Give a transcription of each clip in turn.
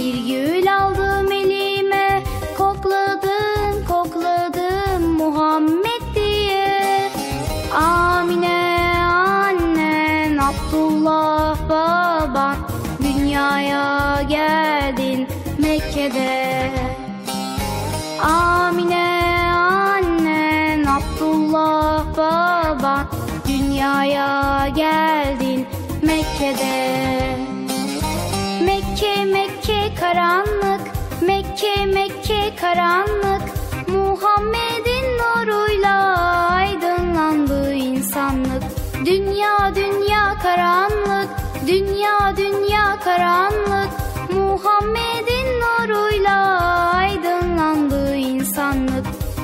Bir gül aldım elime, kokladım kokladım Muhammed diye. Amine annen, Abdullah baban, dünyaya geldin Mekke'de. Amine annen, Abdullah baban, dünyaya geldin Mekke'de. Mekke Mekke karanlık, Mekke Mekke karanlık, Muhammed'in nuruyla aydınlandı insanlık. Dünya dünya karanlık, dünya dünya karanlık, Muhammed'in nuruyla aydınlandı insanlık.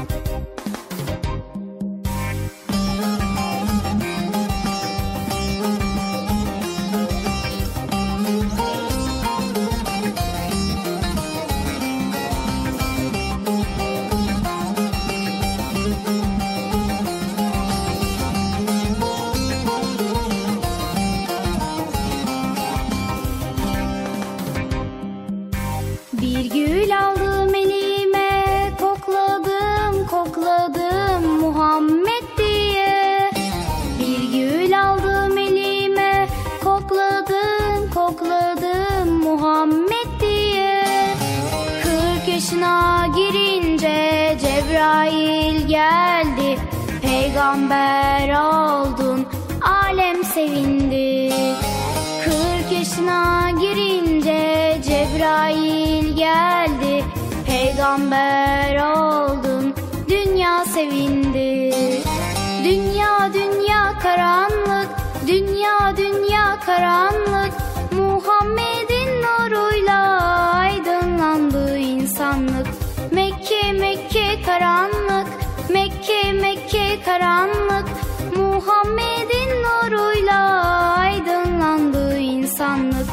Bir gül aldım elime, kokladım kokladım Muhammed diye. Bir gül aldım elime, kokladım kokladım Muhammed diye. 40 yaşına girince Cebrail geldi, peygamber oldun, alem sevindi. 40 yaşına girince Cebrail geldi, peygamber oldun, dünya sevindi. Dünya dünya karanlık, dünya dünya karanlık, Muhammed'in nuruyla aydınlandı insanlık. Mekke Mekke karanlık, Mekke Mekke karanlık, Muhammed'in nuruyla aydınlandı insanlık.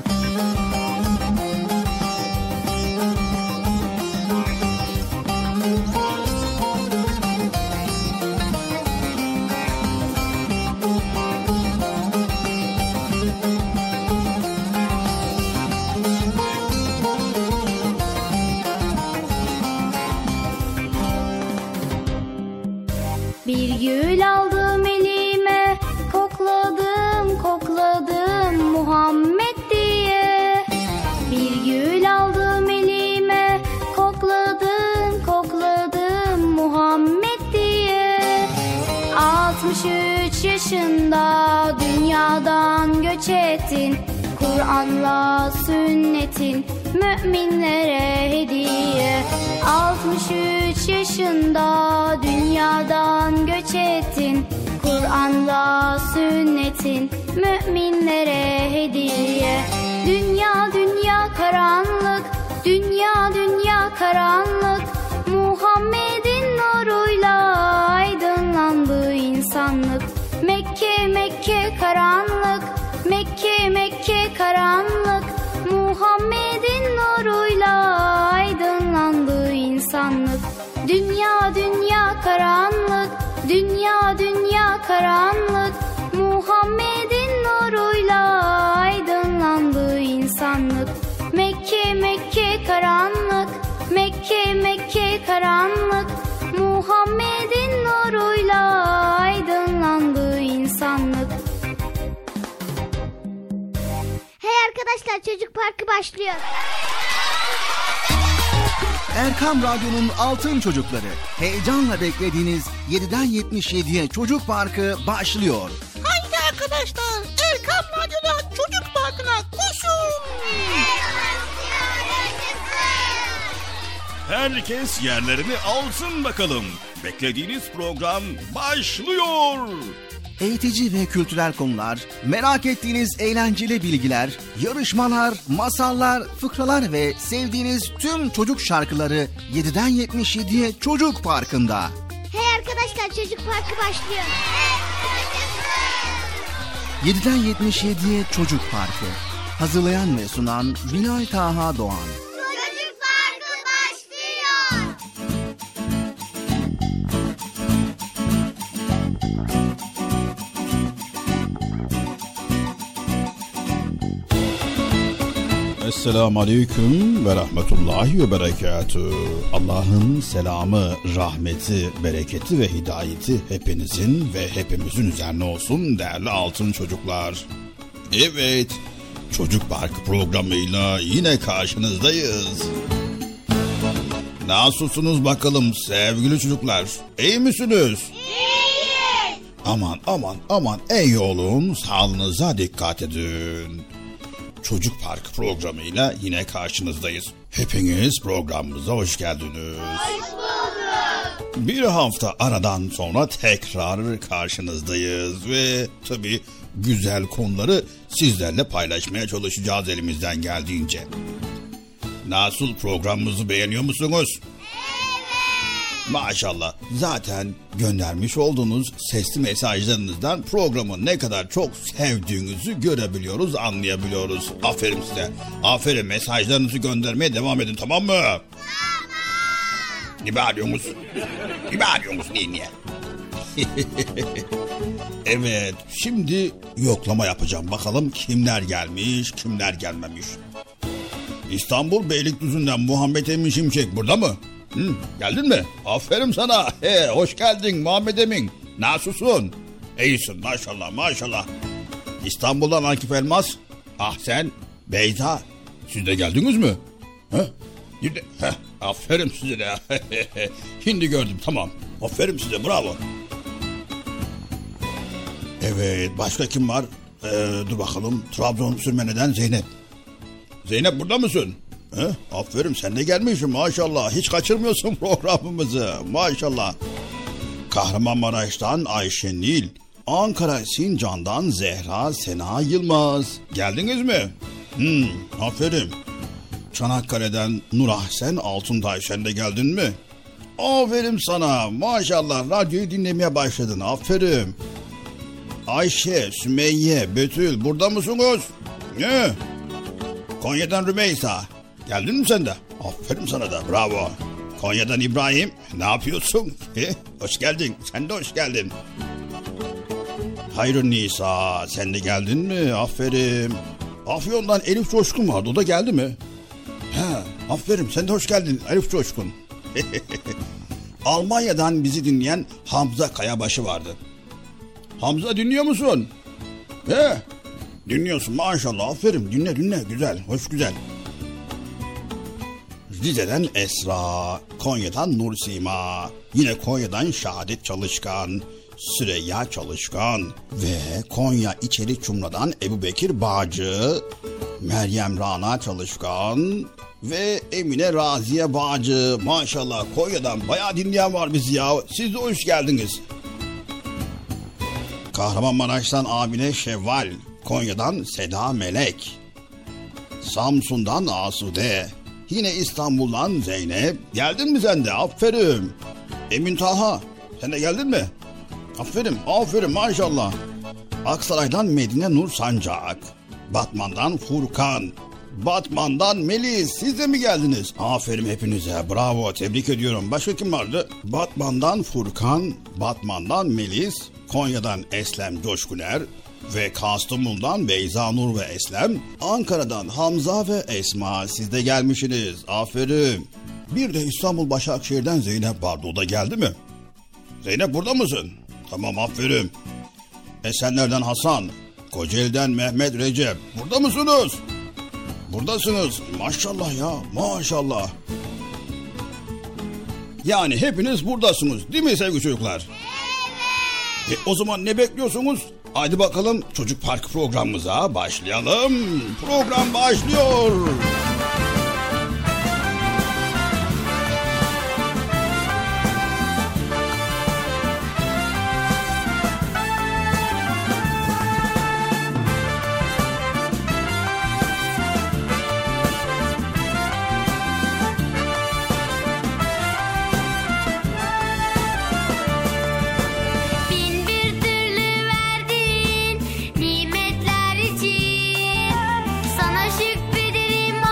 Bir gül aldım elime, kokladım kokladım Muhammed diye. Bir gül aldım elime, kokladım kokladım Muhammed diye. 63 yaşında dünyadan göç ettin, Kur'an'la sünnetin müminlere hediye. 63 yaşında dünyadan göç ettin, Kur'an'la sünnetin müminlere hediye. Dünya dünya karanlık, dünya dünya karanlık, Muhammed'in nuruyla aydınlandı insanlık. Mekke Mekke karanlık, Mekke Mekke karanlık, Muhammed'in nuruyla aydınlandı insanlık. Dünya dünya karanlık, dünya dünya karanlık, Muhammed'in nuruyla aydınlandı insanlık. Mekke Mekke karanlık, Mekke Mekke karanlık, Muhammed'in nuruyla aydınlandı insanlık. Hey arkadaşlar, Çocuk Parkı başlıyor. Erkam Radyo'nun Altın Çocukları. Heyecanla beklediğiniz 7'den 77'ye Çocuk Parkı başlıyor. Haydi arkadaşlar, Erkam Radyo'da Çocuk Parkı'na koşun. Herkes yerlerini alsın bakalım. Beklediğiniz program başlıyor. Eğitici ve kültürel konular, merak ettiğiniz eğlenceli bilgiler, yarışmalar, masallar, fıkralar ve sevdiğiniz tüm çocuk şarkıları 7'den 77'ye Çocuk Parkı'nda. Hey arkadaşlar, Çocuk Parkı başlıyor. 7'den 77'ye Çocuk Parkı. Hazırlayan ve sunan Bilal Taha Doğan. Çocuk Parkı başlıyor. Esselamu Aleyküm ve Rahmetullahi ve Berekatühü. Allah'ın selamı, rahmeti, bereketi ve hidayeti hepinizin ve hepimizin üzerine olsun değerli altın çocuklar. Evet, Çocuk Parkı programıyla yine karşınızdayız. Nasılsınız bakalım sevgili çocuklar? İyi misiniz? İyiyiz. Aman iyi olun, sağlığınıza dikkat edin. Çocuk Parkı programıyla yine karşınızdayız. Hepiniz programımıza hoş geldiniz. Hoş bulduk. Bir hafta aradan sonra tekrar karşınızdayız ve tabii güzel konuları sizlerle paylaşmaya çalışacağız elimizden geldiğince. Nasıl, programımızı beğeniyor musunuz? Maşallah. Zaten göndermiş olduğunuz sesli mesajlarınızdan programı ne kadar çok sevdiğinizi görebiliyoruz, anlayabiliyoruz. Aferin size. Aferin, mesajlarınızı göndermeye devam edin, tamam mı? Tamam. Ne bağırıyorsunuz? Niye? Evet, şimdi yoklama yapacağım. Bakalım kimler gelmiş, kimler gelmemiş. İstanbul Beylikdüzü'nden Muhammed Emin Şimşek burada mı? Geldin mi? Aferin sana. Hoş geldin Muhammed Emin. Nasılsın? İyisin maşallah. İstanbul'dan Akif Elmas. Sen, Beyza. Siz de geldiniz mi? Aferin size de. Şimdi gördüm, tamam. Aferin size, bravo. Evet, başka kim var? Dur bakalım. Trabzon Sürmene'den Zeynep. Zeynep burada mısın? Aferin, sen de gelmişsin maşallah. Hiç kaçırmıyorsun programımızı maşallah. Kahramanmaraş'tan Ayşe Nil. Ankara Sincan'dan Zehra Sena Yılmaz. Geldiniz mi? Aferin. Çanakkale'den Nur Ahsen Altuntay, sen de geldin mi? Aferin sana maşallah, radyoyu dinlemeye başladın, aferin. Ayşe, Sümeyye, Betül burada mısınız? Ne? Konya'dan Rümeysa. Geldin mi sen de? Aferin sana da, bravo. Konya'dan İbrahim. Ne yapıyorsun? Hoş geldin. Sen de hoş geldin. Hayrun Nisa. Sen de geldin mi? Aferin. Afyon'dan Elif Coşkun vardı. O da geldi mi? Aferin. Sen de hoş geldin Elif Coşkun. Almanya'dan bizi dinleyen Hamza Kayabaşı vardı. Hamza, dinliyor musun? Dinliyorsun maşallah, aferin, dinle güzel, hoş güzel. Rize'den Esra, Konya'dan Nursima, yine Konya'dan Şahadet Çalışkan, Süreyya Çalışkan ve Konya İçeri Çumra'dan Ebubekir Bağcı, Meryem Rana Çalışkan ve Emine Raziye Bağcı. Maşallah, Konya'dan bayağı dinleyen var bizi ya. Siz de hoş geldiniz. Kahramanmaraş'tan Amine Şevval, Konya'dan Seda Melek, Samsun'dan Asude, yine İstanbul'dan Zeynep. Geldin mi sen de? Aferin. Emin Taha, sen de geldin mi? Aferin maşallah. Aksaray'dan Medine Nur Sancak, Batman'dan Furkan, Batman'dan Melis. Siz de mi geldiniz? Aferin hepinize, bravo, tebrik ediyorum. Başka kim vardı? Batman'dan Furkan, Batman'dan Melis, Konya'dan Eslem Coşkuner ve Kastamonu'dan Beyza Nur ve Eslem, Ankara'dan Hamza ve Esma. Siz de gelmişsiniz, aferin. Bir de İstanbul Başakşehir'den Zeynep vardı, o da geldi mi? Zeynep burada mısın? Tamam, aferin. Esenler'den Hasan, Kocaeli'den Mehmet Recep. Burada mısınız? Buradasınız. Maşallah ya, maşallah. Yani hepiniz buradasınız değil mi sevgili çocuklar? Evet. O zaman ne bekliyorsunuz? Haydi bakalım Çocuk Parkı programımıza başlayalım. Program başlıyor. Sana şükrederim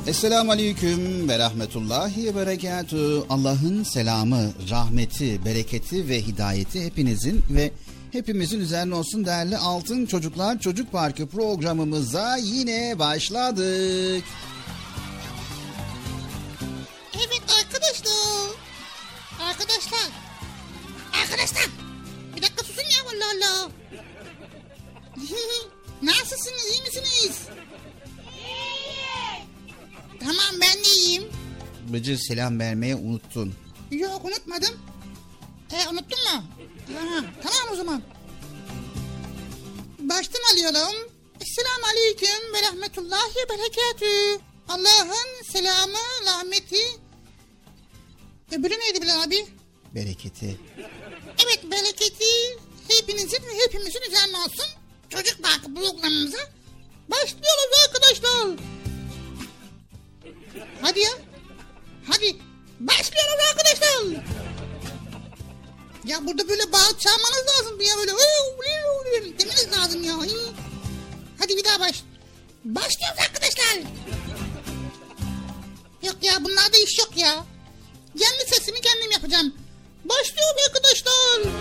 Esselamu Aleyküm ve Rahmetullahi ve Berekatuhu. Allah'ın selamı, rahmeti, bereketi ve hidayeti hepinizin ve hepimizin üzerine olsun değerli Altın Çocuklar Çocuk Parkı programımıza yine başladık. Evet arkadaşlar. Arkadaşlar. Bir dakika susun ya vallahi Allah. Nasılsınız, iyi misiniz? Tamam, ben de iyiyim. Bıcır, selam vermeye unuttun. Yok, unutmadım. Unuttun mu? Tamam o zaman. Baştan alıyorum. Esselamu Aleyküm ve Rahmetullahi ve Berekatuhu. Allah'ın selamı, rahmeti. Öbürü neydi Bilal abi? Bereketi. Evet, bereketi hepinizin ve hepimizin üzerine olsun. Çocuk Parkı programımıza başlıyoruz arkadaşlar. Hadi ya. Hadi. Başlıyoruz arkadaşlar. Ya burada böyle bağırıp çağırmanız lazım ya, böyle demeniz lazım ya. Hadi bir daha başlıyoruz arkadaşlar. Yok ya, bunlarda iş yok ya. Kendi sesimi kendim yapacağım. Başlıyoruz arkadaşlar.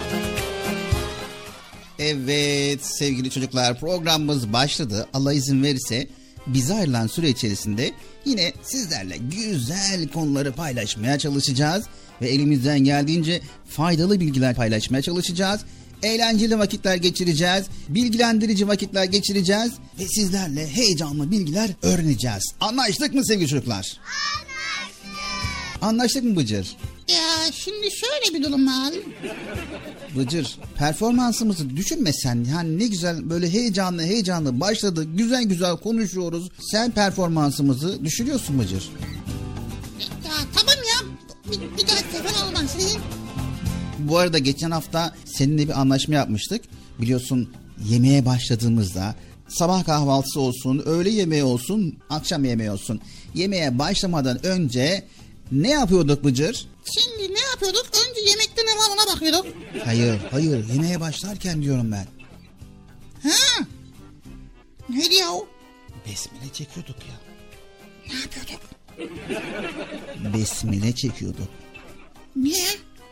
Evet sevgili çocuklar, programımız başladı. Allah izin verirse bize ayrılan süre içerisinde yine sizlerle güzel konuları paylaşmaya çalışacağız. Ve elimizden geldiğince faydalı bilgiler paylaşmaya çalışacağız. Eğlenceli vakitler geçireceğiz. Bilgilendirici vakitler geçireceğiz. Ve sizlerle heyecanlı bilgiler öğreneceğiz. Anlaştık mı sevgili çocuklar? Anlaştık mı Bıcır? Ya şimdi şöyle bir durum var. Bıcır, performansımızı düşünme sen. Yani ne güzel böyle heyecanlı başladı. Güzel konuşuyoruz. Sen performansımızı düşürüyorsun Bıcır. Ya tamam ya. Bir daha sefer olmaz. Bu arada geçen hafta seninle bir anlaşma yapmıştık. Biliyorsun yemeğe başladığımızda sabah kahvaltısı olsun, öğle yemeği olsun, akşam yemeği olsun. Yemeğe başlamadan önce ne yapıyorduk Bıcır? Şimdi ne yapıyorduk? Önce yemekte ne var ona bakıyorduk. Hayır, yemeğe başlarken diyorum ben. Ha? Neydi ya o? Besmele çekiyorduk ya. Ne yapıyorduk? Besmele çekiyorduk. Niye?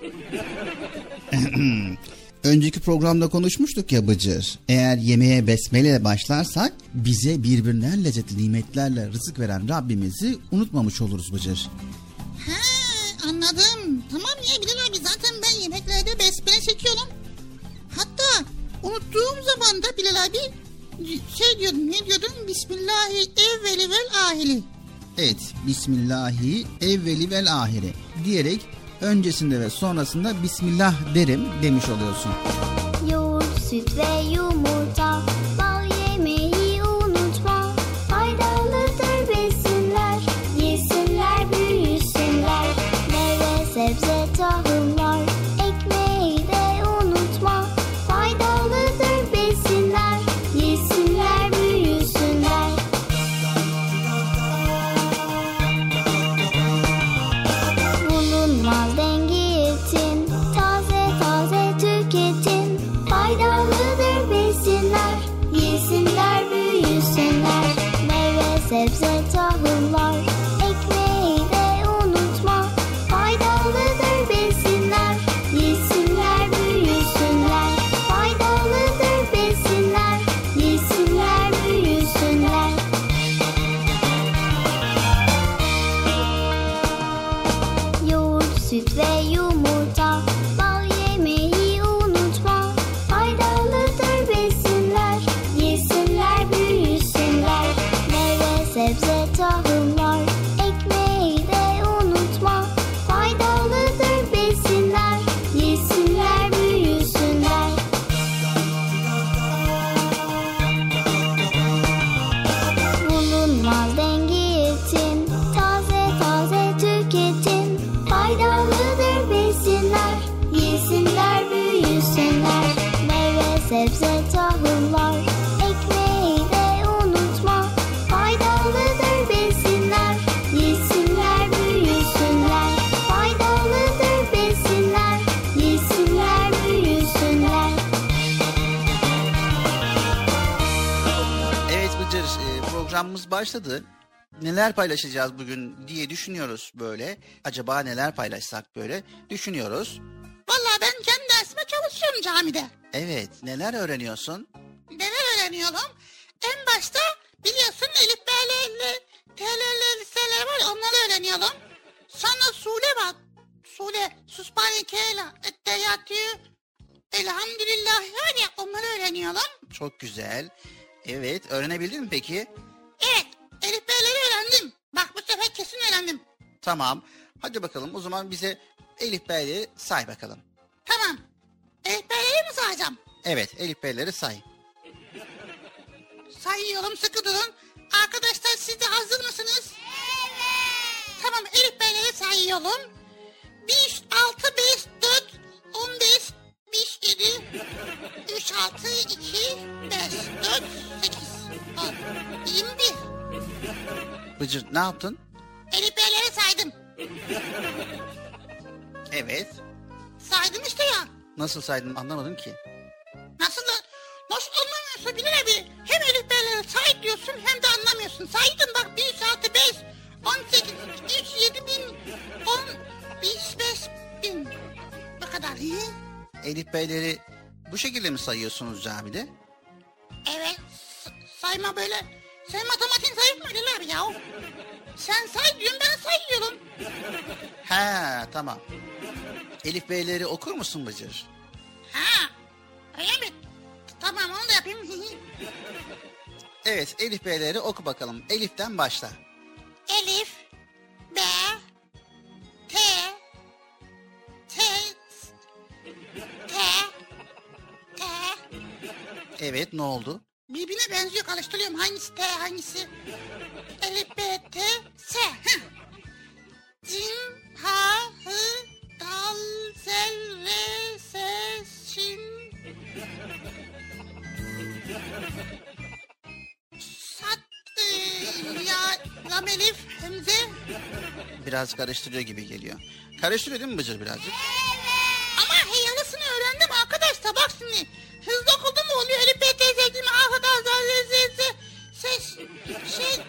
Önceki programda konuşmuştuk ya Bıcır. Eğer yemeğe besmele başlarsak bize birbirinden lezzetli nimetlerle rızık veren Rabbimizi unutmamış oluruz Bıcır. Ha, anladım. Tamam ya Bilal abi, zaten ben yemeklerde besmele çekiyorum. Hatta unuttuğum zaman da Bilal abi şey diyordum, ne diyordum? Bismillahi evveli vel ahiri. Evet, Bismillahi evveli vel ahiri diyerek öncesinde ve sonrasında Bismillah derim demiş oluyorsun. Yoğurt, süt ve yumurta, bal yemeyi unutma. Faydalıdır besinler, yesinler büyüsünler. Meyve, sebze, tahıllar, ekmeği de unutma. Faydalıdır besinler, yesinler büyüsünler. Bulunmaz dengi etin, taze tüketin. Faydalıdır besinler, yesinler büyüsünler. Meyve, sebze, tahıllar, ekmeği de unutma. Faydalıdır besinler, yesinler büyüsünler. Faydalıdır besinler, yesinler büyüsünler. Yoğurt, süt ve yumurta, bal yemeyi unutma. Faydalıdır besinler, yesinler büyüsünler. Meyve, sebze, tahıllar, ekmeği de unutma. Faydalıdır besinler, yesinler büyüsünler. Bulunmaz dengi etin, taze tüketin. Faydalıdır besinler, yesinler büyüsünler. Meyve, sebze, tahıllar, ekmeği de unutma. Faydalıdır besinler, yesinler büyüsünler. Faydalıdır besinler, yesinler büyüsünler. Evet Bıcır, programımız başladı. neler paylaşacağız bugün diye düşünüyoruz böyle. Acaba neler paylaşsak böyle düşünüyoruz. Vallahi ben kendi dersime çalışıyorum camide. Evet, neler öğreniyorsun? Neler öğreniyorum? En başta biliyorsun Elif B'lerle T'lerle listeler var, onları öğreniyorum. Sonra Sule var. Sule, Susbani Kela, Etteyatü, Elhamdülillah var ya, onları öğreniyorum. Çok güzel. Evet, öğrenebildin mi peki? Evet, Elif B'leri öğrendim. Bak bu sefer kesin öğrendim. Tamam. Hadi bakalım o zaman bize Elif Bey'leri say bakalım. Tamam. Elif B'leri mi sayacağım? Evet, Elif Bey'leri say. Sayıyorum, sıkı durun. Arkadaşlar siz de hazır mısınız? Evet. Tamam, Elif B'leri sayıyorum. 1, 6, 5, 4, 15, 5, 7, 3, 6, 2, 5, 4, 8, 10, 21. Bıcır, ne yaptın? Elif B'leri saydım. Evet. Saydım işte ya. Nasıl saydın anlamadım ki. Nasıl anlamıyorsun Bilal abi? Hem Elif B'leri say diyorsun hem de anlamıyorsun. Saydım bak, 1, 6, 5, 18, 3, 7 bin, 10, 5 bin. Bu kadar. Elif Bey'leri bu şekilde mi sayıyorsunuz camide? Evet. Sayma böyle. Sen matematiğin zayıf mı Bilal abi ya? Sen say diyorsun, ben sayıyorum. He, tamam. Elif Bey'leri okur musun Bıcır? Ha. Öyle mi? Tamam, onu da yapayım. Evet, Elif Bey'leri oku bakalım. Elif'ten başla. Elif, B, T, T, T, T. Evet, ne oldu? Birbirine benziyor, karıştırıyorum. Hangisi T, hangisi? Elif, B, T, S. Heh. Cim, ha, hı, dal, zel, re, se, şin. Sat, ya, lam, elif, hemze. Biraz karıştırıyor gibi geliyor. Karıştırıyor değil mi Bıcır birazcık? Ama heyalısını öğrendim arkadaşlar. Bak şimdi. Hızlı okudum mu oluyor? Elif, B, T, S, Cim, A, H, D, Z, Z, ses, şey,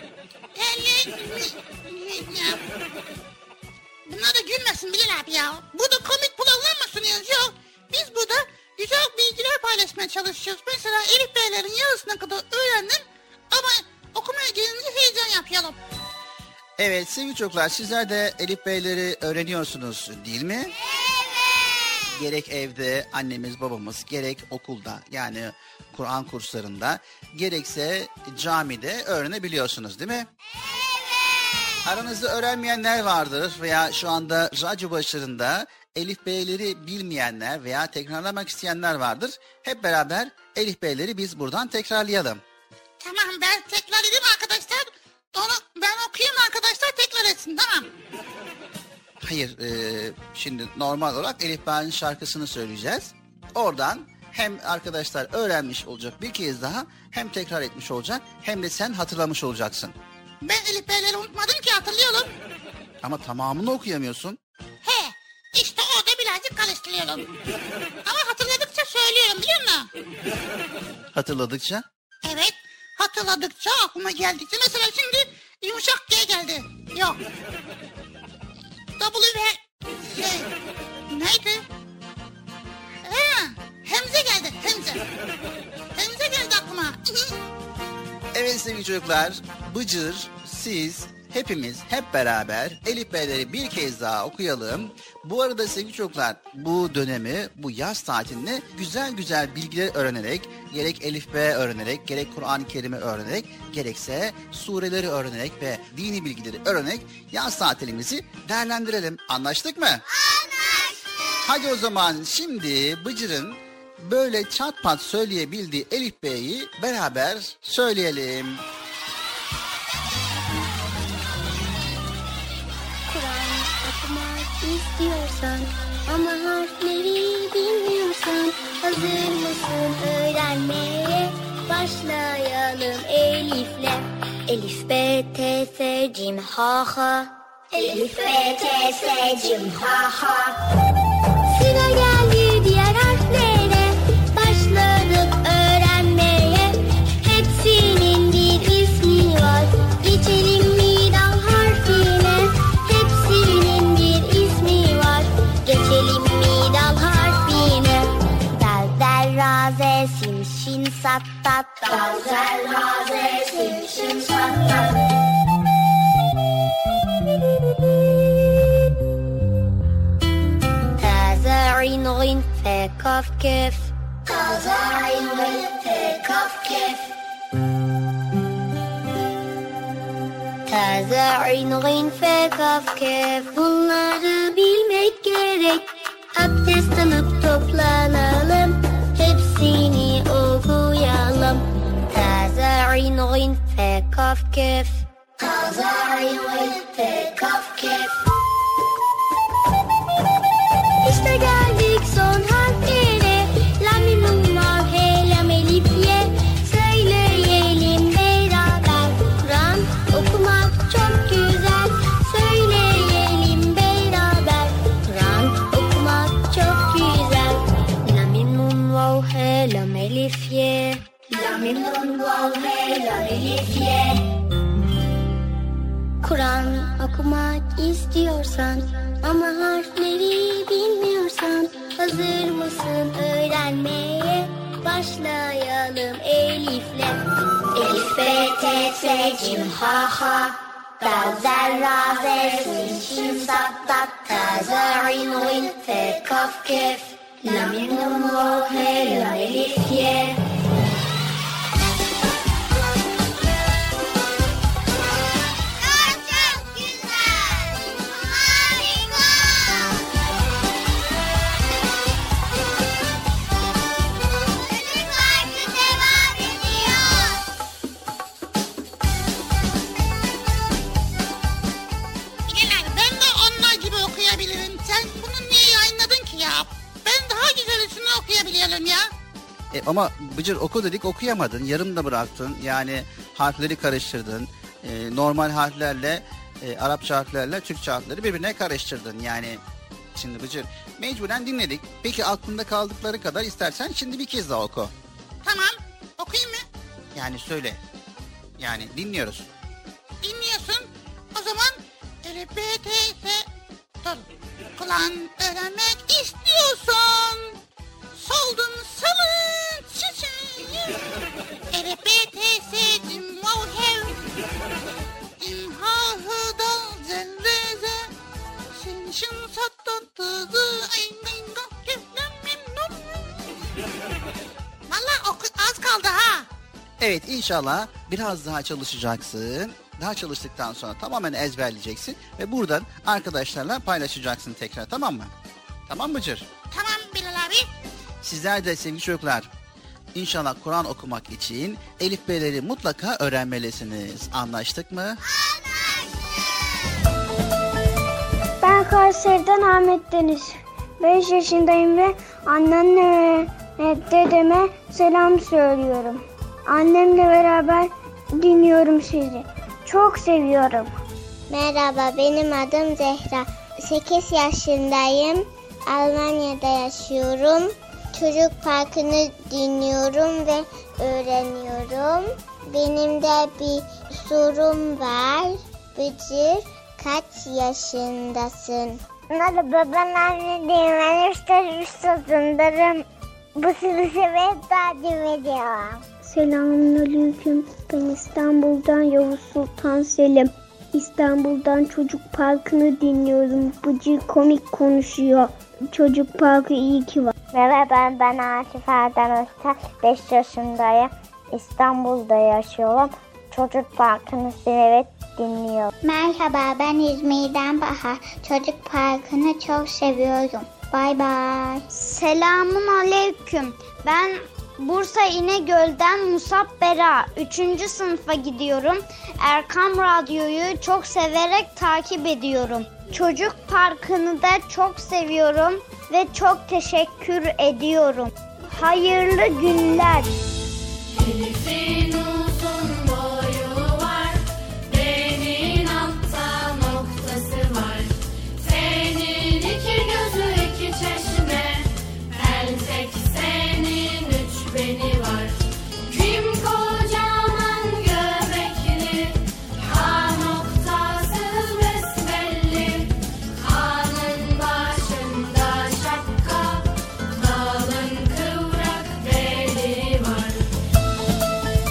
ya. Bunlar da gülmesin Bilal abi ya. Burada komik programla yazıyor. Biz burada güzel bilgiler paylaşmaya çalışıyoruz. Mesela Elif Beylerin yarısına kadar öğrendim. Ama okumaya gelince heyecan yapalım. Evet sevgili çocuklar, sizler de Elif Beyleri öğreniyorsunuz değil mi? Evet. Gerek evde annemiz babamız, gerek okulda yani Kur'an kurslarında, gerekse camide öğrenebiliyorsunuz değil mi? Evet. Aranızda öğrenmeyenler vardır veya şu anda radyo başlarında Elif Beyleri bilmeyenler veya tekrarlamak isteyenler vardır. Hep beraber Elif Beyleri biz buradan tekrarlayalım. Tamam, ben tekrar edeyim arkadaşlar. Onu ben okuyayım, arkadaşlar tekrar etsin, tamam. Hayır, şimdi normal olarak Elif Bey'in şarkısını söyleyeceğiz. Oradan hem arkadaşlar öğrenmiş olacak bir kez daha, hem tekrar etmiş olacak, hem de sen hatırlamış olacaksın. Ben Elif Beyleri unutmadım ki, hatırlıyorum. Ama tamamını okuyamıyorsun. He, işte orada birazcık karıştırıyorum. Ama hatırladıkça söylüyorum, biliyor musun? Hatırladıkça? Evet, hatırladıkça aklıma geldikçe. Mesela şimdi yumuşak G geldi. Yok. W ve şey, neydi? He, hemze geldi, hemze. Hemze geldi aklıma. Evet sevgili çocuklar, Bıcır, siz, hepimiz hep beraber Elif Beyleri bir kez daha okuyalım. Bu arada sevgili çocuklar, bu dönemi, bu yaz tatilini güzel güzel bilgiler öğrenerek, gerek Elif B öğrenerek, gerek Kur'an-ı Kerim'i öğrenerek, gerekse sureleri öğrenerek ve dini bilgileri öğrenerek yaz tatilimizi değerlendirelim. Anlaştık mı? Anlaştık. Hadi o zaman şimdi Bıcır'ın böyle çat pat söyleyebildiği Elif B'yi beraber söyleyelim. Kur'an okumak istiyorsan ama harfleri bilmiyorsan hazır mısın öğrenmeye? Başlayalım Elif'le. Elif, B, T, S, Cim, ha, ha. Elif, B, T, S, Cim, ha, ha. Sıra geldi diğer harflere. Başladık öğrenmeye. Hepsinin bir ismi var. Geçelim mi? Gazel razes için saklan. Taza'in gin fe kaf kef. Taza'in gin fe kaf kef. Taza'in gin fe kaf kef. Bunları bilmek gerek. Abdest alıp toplanalım. Hepsini okuyalım. Taza'in gin fe kaf kef. Taza'in gin fe kaf kef. İşte geldik son harflere. La mim mim vav he lam elif ye. Söyleyelim beraber. Kur'an okumak çok güzel. Söyleyelim beraber. Kur'an okumak çok güzel. La mim mim vav he lam elif ye. La mim mim vav he lam elif ye. Kur'an okumak istiyorsan ama harfleri bilmiyorsan hazır mısın öğrenmeye? Başlayalım elifle. Elif, B, T, S, Cim, ha, ha. Dal, zel, ra, ze, sin, şin, sat, tat. Ta, za, in, in, fe, kaf, kef. La, mim, nun, vav, he, la, elif, ye. Ama Bıcır oku dedik okuyamadın. Yarım da bıraktın. Yani harfleri karıştırdın. Normal harflerle, Arapça harflerle Türkçe harfleri birbirine karıştırdın. Yani şimdi Bıcır mecburen dinledik. Peki aklında kaldıkları kadar istersen şimdi bir kez daha oku. Tamam. Okuyayım mı? Yani söyle. Yani dinliyoruz. Dinliyorsun. O zaman Elif, B, T, S. Dur. Kur'an öğrenmek istiyorsun. Soldun salın çiçeği. Elif, B, T, S, Cim, vav, hev. İm, ha, hı, dal, zel, re, ze. Sin, şin, sat, tat, tı, zı, ayn, ayn, gaf, kef, lem, mim, nun. Valla az kaldı ha. Evet, inşallah biraz daha çalışacaksın. Daha çalıştıktan sonra tamamen ezberleyeceksin. Ve buradan arkadaşlarla paylaşacaksın tekrar, tamam mı? Tamam mı Bıcır? Tamam Bilal abi. Sizler de sevgili çocuklar, İnşallah Kur'an okumak için Elif B'leri mutlaka öğrenmelisiniz. Anlaştık mı? Ben Kayseri'den Ahmet Deniz. 5 yaşındayım ve annemle ve dedeme selam söylüyorum. Annemle beraber dinliyorum sizi. Çok seviyorum. Merhaba, benim adım Zehra. 8 yaşındayım. Almanya'da yaşıyorum. Çocuk parkını dinliyorum ve öğreniyorum. Benim de bir sorum var. Bıcır, kaç yaşındasın? Merhaba, ben anneciğim. Ben 3 yaşındayım. Bu sizi sevip takip ediyorum. Selamünaleyküm. Ben İstanbul'dan Yavuz Sultan Selim. İstanbul'dan Çocuk Parkı'nı dinliyorum. Bıcır komik konuşuyor. Çocuk Parkı iyi ki var. Merhaba, ben Asif Erdem Öztürk. 5 yaşındayım. İstanbul'da yaşıyorum. Çocuk Parkı'nı severek dinliyorum. Merhaba, ben İzmir'den Bahar. Çocuk Parkı'nı çok seviyorum. Bay bay. Selamun aleyküm. Ben Bursa İnegöl'den Musab Bera. 3. sınıfa gidiyorum. Erkam Radyo'yu çok severek takip ediyorum. Çocuk Parkı'nı da çok seviyorum ve çok teşekkür ediyorum. Hayırlı günler. Elif'in uzun boyu var, B'nin altta noktası var. T'nin 2 gözü 2 çeşme, Peltek senin 3 beni var. Kim kocaman göbekli, K noktası besbelli. K'nın başında şapka, Dalın kıvrak beli var.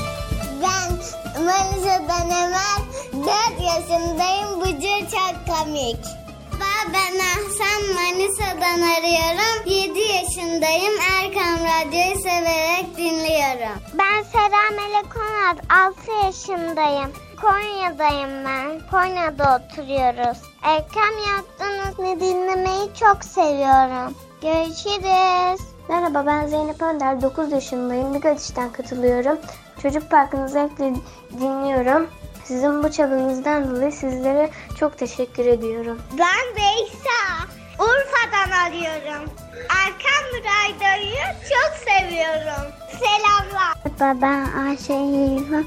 ben Emel. 4 yaşındayım. Bıcır çok komik. Ben Ahsen, Manisa'dan arıyorum. 7 yaşındayım. Erkam Radyo'yu severek dinliyorum. Ben Sera Melek Onat. 6 yaşındayım. Konya'dayım ben. Konya'da oturuyoruz. Erkam yaptığınızı dinlemeyi çok seviyorum. Görüşürüz. Merhaba, ben Zeynep Önder, 9 yaşındayım. Bigatiş'ten katılıyorum. Çocuk Parkı'nı zevkle dinliyorum. Sizin bu çabanızdan dolayı sizlere çok teşekkür ediyorum. Ben Beysa. Urfa'dan arıyorum. Erkam Radyo'yu çok seviyorum. Selamlar. Ben Ayşe Hilfa.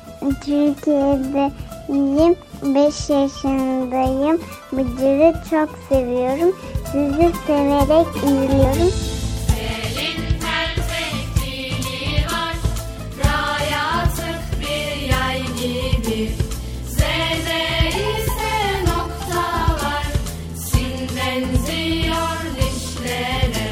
Türkiye'deyim. 5 yaşındayım. Bıcır'ı çok seviyorum. Sizi severek izliyorum. Elin tek dili var, raya tık bir yay gibi. Z'de ise nokta var, sin benziyor dişlere.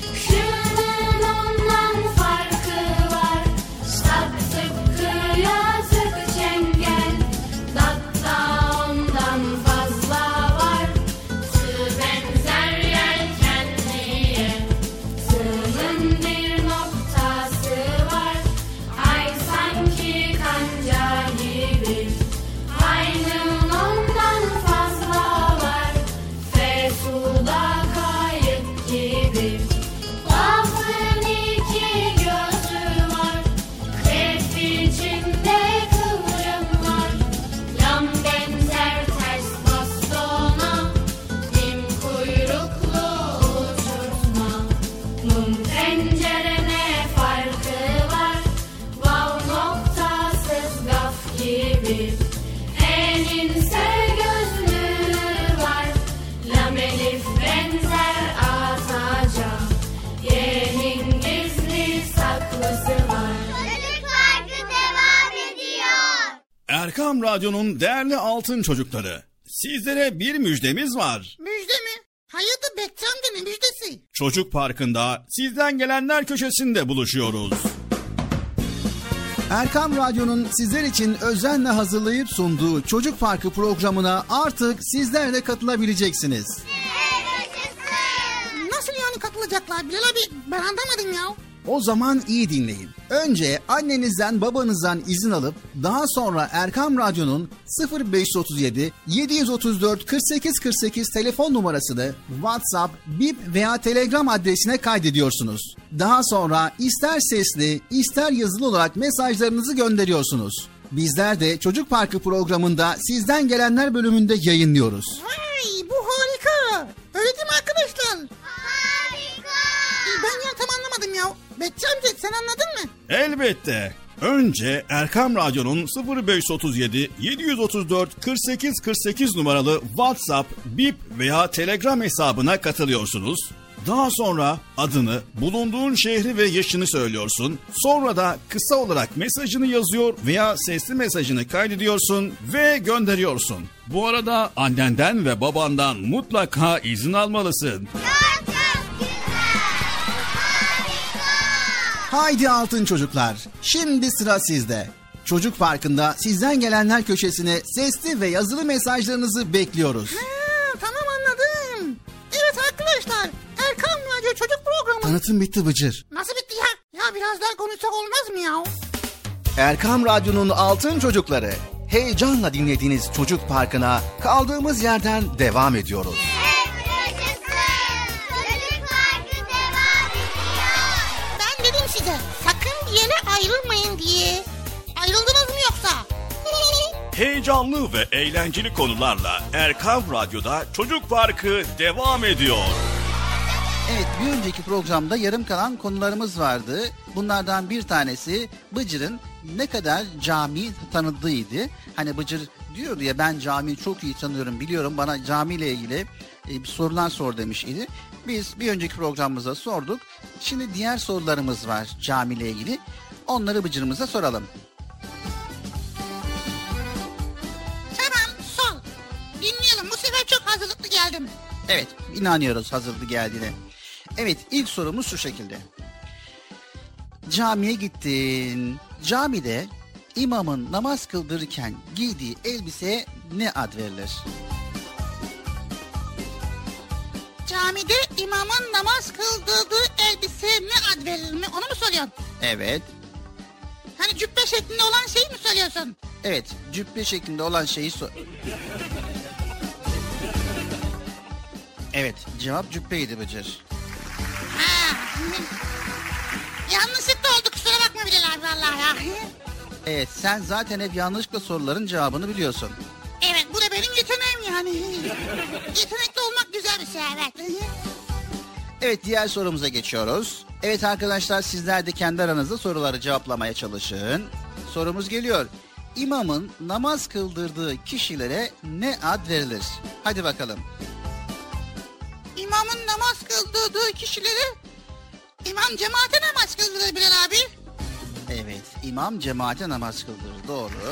Şunun ondan farkı var, şak tıpkı yazık çengel. Datta ondan fazla var, tığ benzer yelkenliye. Tığın bir noktası var, ay sanki kanca gibi. Aynın ondan fazla var, fe suda kayık gibi. Lafın iki gözü var, hep içinde kıvrım var. Lam benzer ters bastona, dim kuyruklu uçurtma. Mum tencere ne farkı var, vav noktasız gaf gibi. Eninse gözlüğü var, lam elif benzer ataca. Y'nin gizli saklısı var. Çocuk Parkı devam ediyor. Erkam Radyo'nun değerli altın çocukları. Sizlere bir müjdemiz var. Müjde mi? Hayatı Bekçi amca ne müjdesi? Çocuk Parkı'nda sizden gelenler köşesinde buluşuyoruz. Erkam Radyo'nun sizler için özenle hazırlayıp sunduğu Çocuk Parkı programına artık sizler de katılabileceksiniz. Nasıl yani katılacaklar Bilal abi? Ben anlamadım ya. O zaman iyi dinleyin. Önce annenizden babanızdan izin alıp daha sonra Erkam Radyo'nun 0537 734 48 48 telefon numarasını WhatsApp, Bip veya Telegram adresine kaydediyorsunuz. Daha sonra ister sesli ister yazılı olarak mesajlarınızı gönderiyorsunuz. Bizler de Çocuk Parkı programında sizden gelenler bölümünde yayınlıyoruz. Vay bu harika. Öyle değil mi arkadaşlar? Harika. Ben ya tam anlamadım ya. Bekçi amca sen anladın mı? Elbette. Önce Erkam Radyo'nun 0537 734 48 48 numaralı WhatsApp, Bip veya Telegram hesabına katılıyorsunuz. Daha sonra adını, bulunduğun şehri ve yaşını söylüyorsun. Sonra da kısa olarak mesajını yazıyor veya sesli mesajını kaydediyorsun ve gönderiyorsun. Bu arada annenden ve babandan mutlaka izin almalısın. Haydi altın çocuklar, şimdi sıra sizde. Çocuk Parkı'nda sizden gelenler köşesine sesli ve yazılı mesajlarınızı bekliyoruz. Tamam anladım. Evet arkadaşlar. Erkam Radyo Çocuk Programı. Tanıtım bitti Bıcır. Nasıl bitti ya? Ya biraz daha konuşsak olmaz mı ya? Erkam Radyo'nun altın çocukları. Heyecanla dinlediğiniz Çocuk Parkı'na kaldığımız yerden devam ediyoruz. Ben dedim size sakın bir yere ayrılmayın diye. Ayrıldınız mı yoksa? Heyecanlı ve eğlenceli konularla Erkam Radyo'da Çocuk Parkı devam ediyor. Evet, bir önceki programda yarım kalan konularımız vardı. Bunlardan bir tanesi Bıcır'ın ne kadar cami tanıdığıydı. Hani Bıcır diyordu ya, ben camiyi çok iyi tanıyorum, biliyorum, bana camiyle ilgili sorular sor demiş idi. Biz bir önceki programımızda sorduk. Şimdi diğer sorularımız var camiyle ilgili. Onları Bıcır'ımıza soralım. Tamam sol. Dinleyelim, bu sefer çok hazırlıklı geldim. Evet, inanıyoruz hazırlıklı geldiğine. Evet, ilk sorumuz şu şekilde. Camiye gittin. Camide İmamın namaz kıldırırken giydiği elbiseye ne ad verilir? Camide imamın namaz kıldırdığı elbiseye ne ad verilir mi? Onu mu soruyorsun? Evet. Hani cübbe şeklinde olan şeyi mi söylüyorsun? Evet, cübbe şeklinde olan şeyi Evet, cevap cübbeydi Bıcır. Ha. Yanlışlıkla oldu, kusura bakma Bilal abi vallahi ya. Evet, sen zaten hep yanlışlıkla soruların cevabını biliyorsun. Evet, bu da benim yeteneğim yani. Yetenekli olmak güzel bir şey, evet. Evet, diğer sorumuza geçiyoruz. Evet arkadaşlar, sizler de kendi aranızda soruları cevaplamaya çalışın. Sorumuz geliyor. İmamın namaz kıldırdığı kişilere ne ad verilir? Hadi bakalım. İmamın namaz kıldırdığı kişileri imam cemaate namaz kıldırır Bilal abi. Evet, imam cemaate namaz kıldırır. Doğru.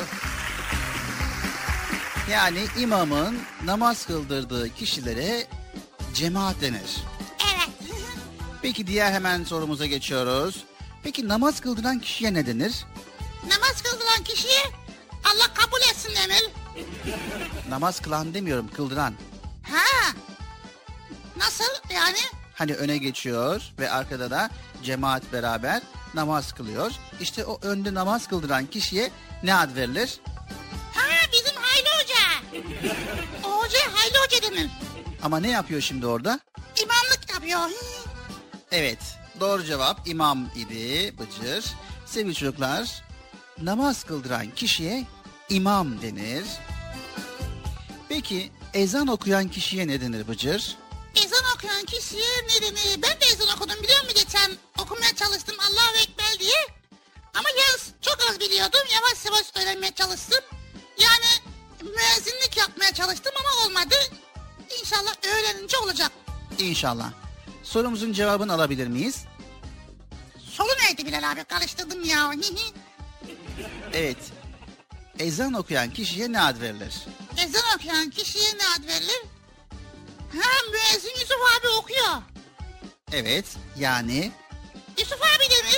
Yani imamın namaz kıldırdığı kişilere cemaat denir. Evet. Peki diğer hemen sorumuza geçiyoruz. Peki namaz kıldıran kişiye ne denir? Namaz kıldıran kişiye Allah kabul etsin denir. Namaz kılan demiyorum, kıldıran. Ha. Nasıl yani? Hani öne geçiyor ve arkada da cemaat beraber namaz kılıyor. İşte o önde namaz kıldıran kişiye ne ad verilir? Ha, bizim Hayli Hoca. O hoca Hayli Hoca denir. Ama ne yapıyor şimdi orada? İmamlık yapıyor. Evet, doğru cevap imam idi Bıcır. Sevgili çocuklar, namaz kıldıran kişiye imam denir. Peki ezan okuyan kişiye ne denir Bıcır? Ezan okuyan kişiye ne denir? Ben de ezan okudum, biliyor musun? Geçen okumaya çalıştım Allahu Ekber diye. Ama çok az biliyordum. Yavaş yavaş öğrenmeye çalıştım. Yani müezzinlik yapmaya çalıştım ama olmadı. İnşallah öğrenince olacak. İnşallah. Sorumuzun cevabını alabilir miyiz? Solu neydi Bilal abi? Karıştırdım ya. Evet. Ezan okuyan kişiye ne ad verilir? Ezan okuyan kişiye ne ad verilir? Ha, müezzin Yusuf abi okuyor. Evet, yani... Yusuf abi denir.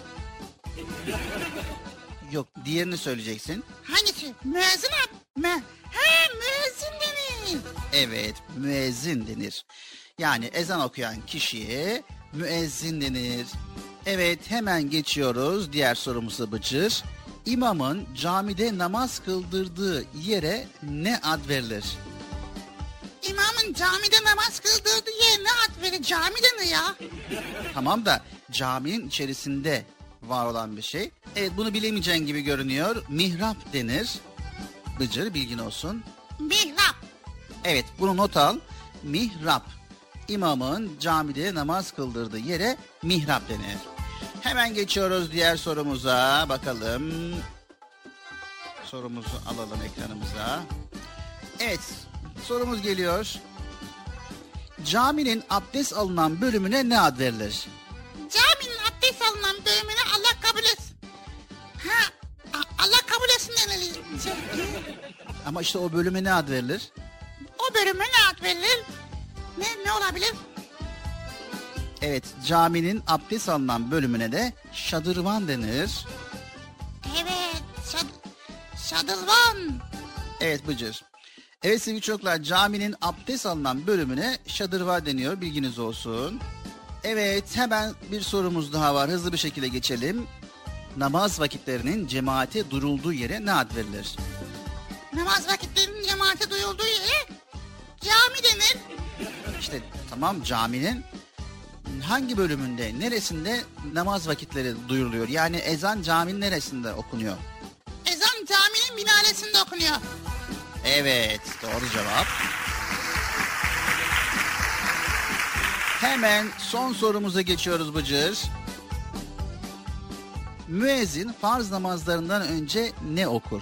Yok, diğerini söyleyeceksin. Hangisi? Müezzin abi. Ha, müezzin denir. Evet, müezzin denir. Yani ezan okuyan kişiye müezzin denir. Evet, hemen geçiyoruz diğer sorumuza Bıcır. İmamın camide namaz kıldırdığı yere ne ad verilir? İmamın camide namaz kıldırdığı yere ne ad verir? Cami denir ya. Tamam da caminin içerisinde var olan bir şey. Evet, bunu bilemeyeceğin gibi görünüyor. Mihrap denir. Bıcır, bilgin olsun. Mihrap. Evet, bunu not al. Mihrap. İmamın camide namaz kıldırdığı yere mihrap denir. Hemen geçiyoruz diğer sorumuza. Bakalım. Sorumuzu alalım ekranımıza. Evet, sorumuz geliyor. Caminin abdest alınan bölümüne ne ad verilir? Caminin abdest alınan bölümüne Allah kabul etsin. Ha, Allah kabul etsin denir. Ama işte o bölüme ne ad verilir? O bölüme ne ad verilir? Ne olabilir? Evet, caminin abdest alınan bölümüne de şadırvan denir. Evet, şadırvan. Evet Bıcır. Evet sevgili çocuklar, caminin abdest alınan bölümüne şadırvan deniyor, bilginiz olsun. Evet, hemen bir sorumuz daha var, hızlı bir şekilde geçelim. Namaz vakitlerinin cemaate durulduğu yere ne ad verilir? Namaz vakitlerinin cemaate duyulduğu yere cami denir. İşte tamam, caminin hangi bölümünde, neresinde namaz vakitleri duyuruluyor? Yani ezan caminin neresinde okunuyor? Ezan caminin minaresinde okunuyor. Evet, doğru cevap. Hemen son sorumuza geçiyoruz Bıcır. Müezzin farz namazlarından önce ne okur?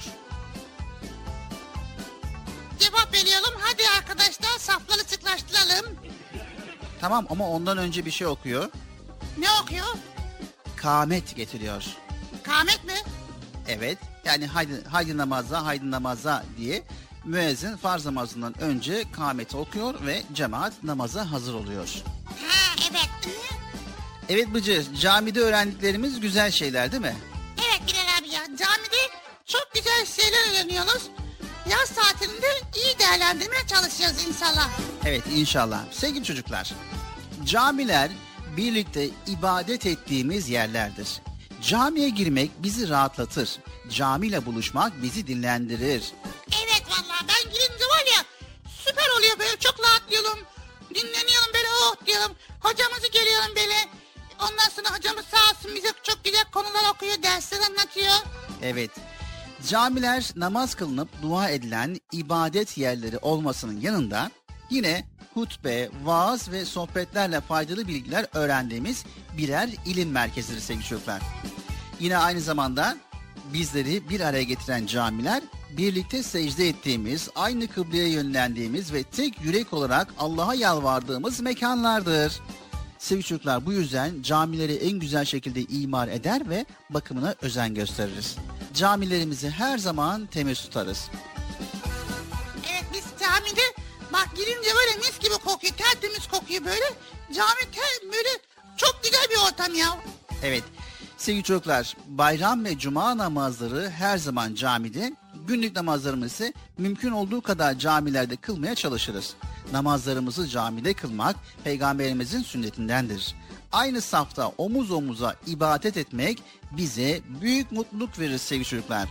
Cevap veriyorum. Hadi arkadaşlar, safları sıklaştıralım. Tamam ama ondan önce bir şey okuyor. Ne okuyor? Kâmet getiriyor. Kâmet mi? Evet, yani haydi namaza, haydi namaza diye müezzin farz namazından önce kâmeti okuyor ve cemaat namaza hazır oluyor. Ha, evet. Evet Bıcır, camide öğrendiklerimiz güzel şeyler değil mi? Evet Bilal abi ya. Camide çok güzel şeyler öğreniyoruz. Yaz tatilinde iyi değerlendirmeye çalışacağız inşallah. Evet, inşallah. Sevgili çocuklar, camiler birlikte ibadet ettiğimiz yerlerdir. Camiye girmek bizi rahatlatır. Camiyle buluşmak bizi dinlendirir. Evet vallahi ben girince var ya süper oluyor, böyle çok rahatlıyorum. Dinleniyorum böyle, oh diyorum. Hocamızı görüyorum böyle. Ondan sonra hocamız sağ olsun bize çok güzel konular okuyor, dersler anlatıyor. Evet, camiler namaz kılınıp dua edilen ibadet yerleri olmasının yanında yine hutbe, vaaz ve sohbetlerle faydalı bilgiler öğrendiğimiz birer ilim merkezidir sevgili çocuklar. Yine aynı zamanda bizleri bir araya getiren camiler, birlikte secde ettiğimiz, aynı kıbleye yönlendiğimiz ve tek yürek olarak Allah'a yalvardığımız mekanlardır. Sevgili çocuklar, bu yüzden camileri en güzel şekilde imar eder ve bakımına özen gösteririz. Camilerimizi her zaman temiz tutarız. Evet, biz camide bak girince böyle mis gibi kokuyor, tertemiz kokuyor böyle. Böyle çok güzel bir ortam ya. Evet, sevgili çocuklar, bayram ve cuma namazları her zaman camide, günlük namazlarımızı mümkün olduğu kadar camilerde kılmaya çalışırız. Namazlarımızı camide kılmak Peygamberimizin sünnetindendir. Aynı safta omuz omuza ibadet etmek bize büyük mutluluk verir sevgili çocuklar.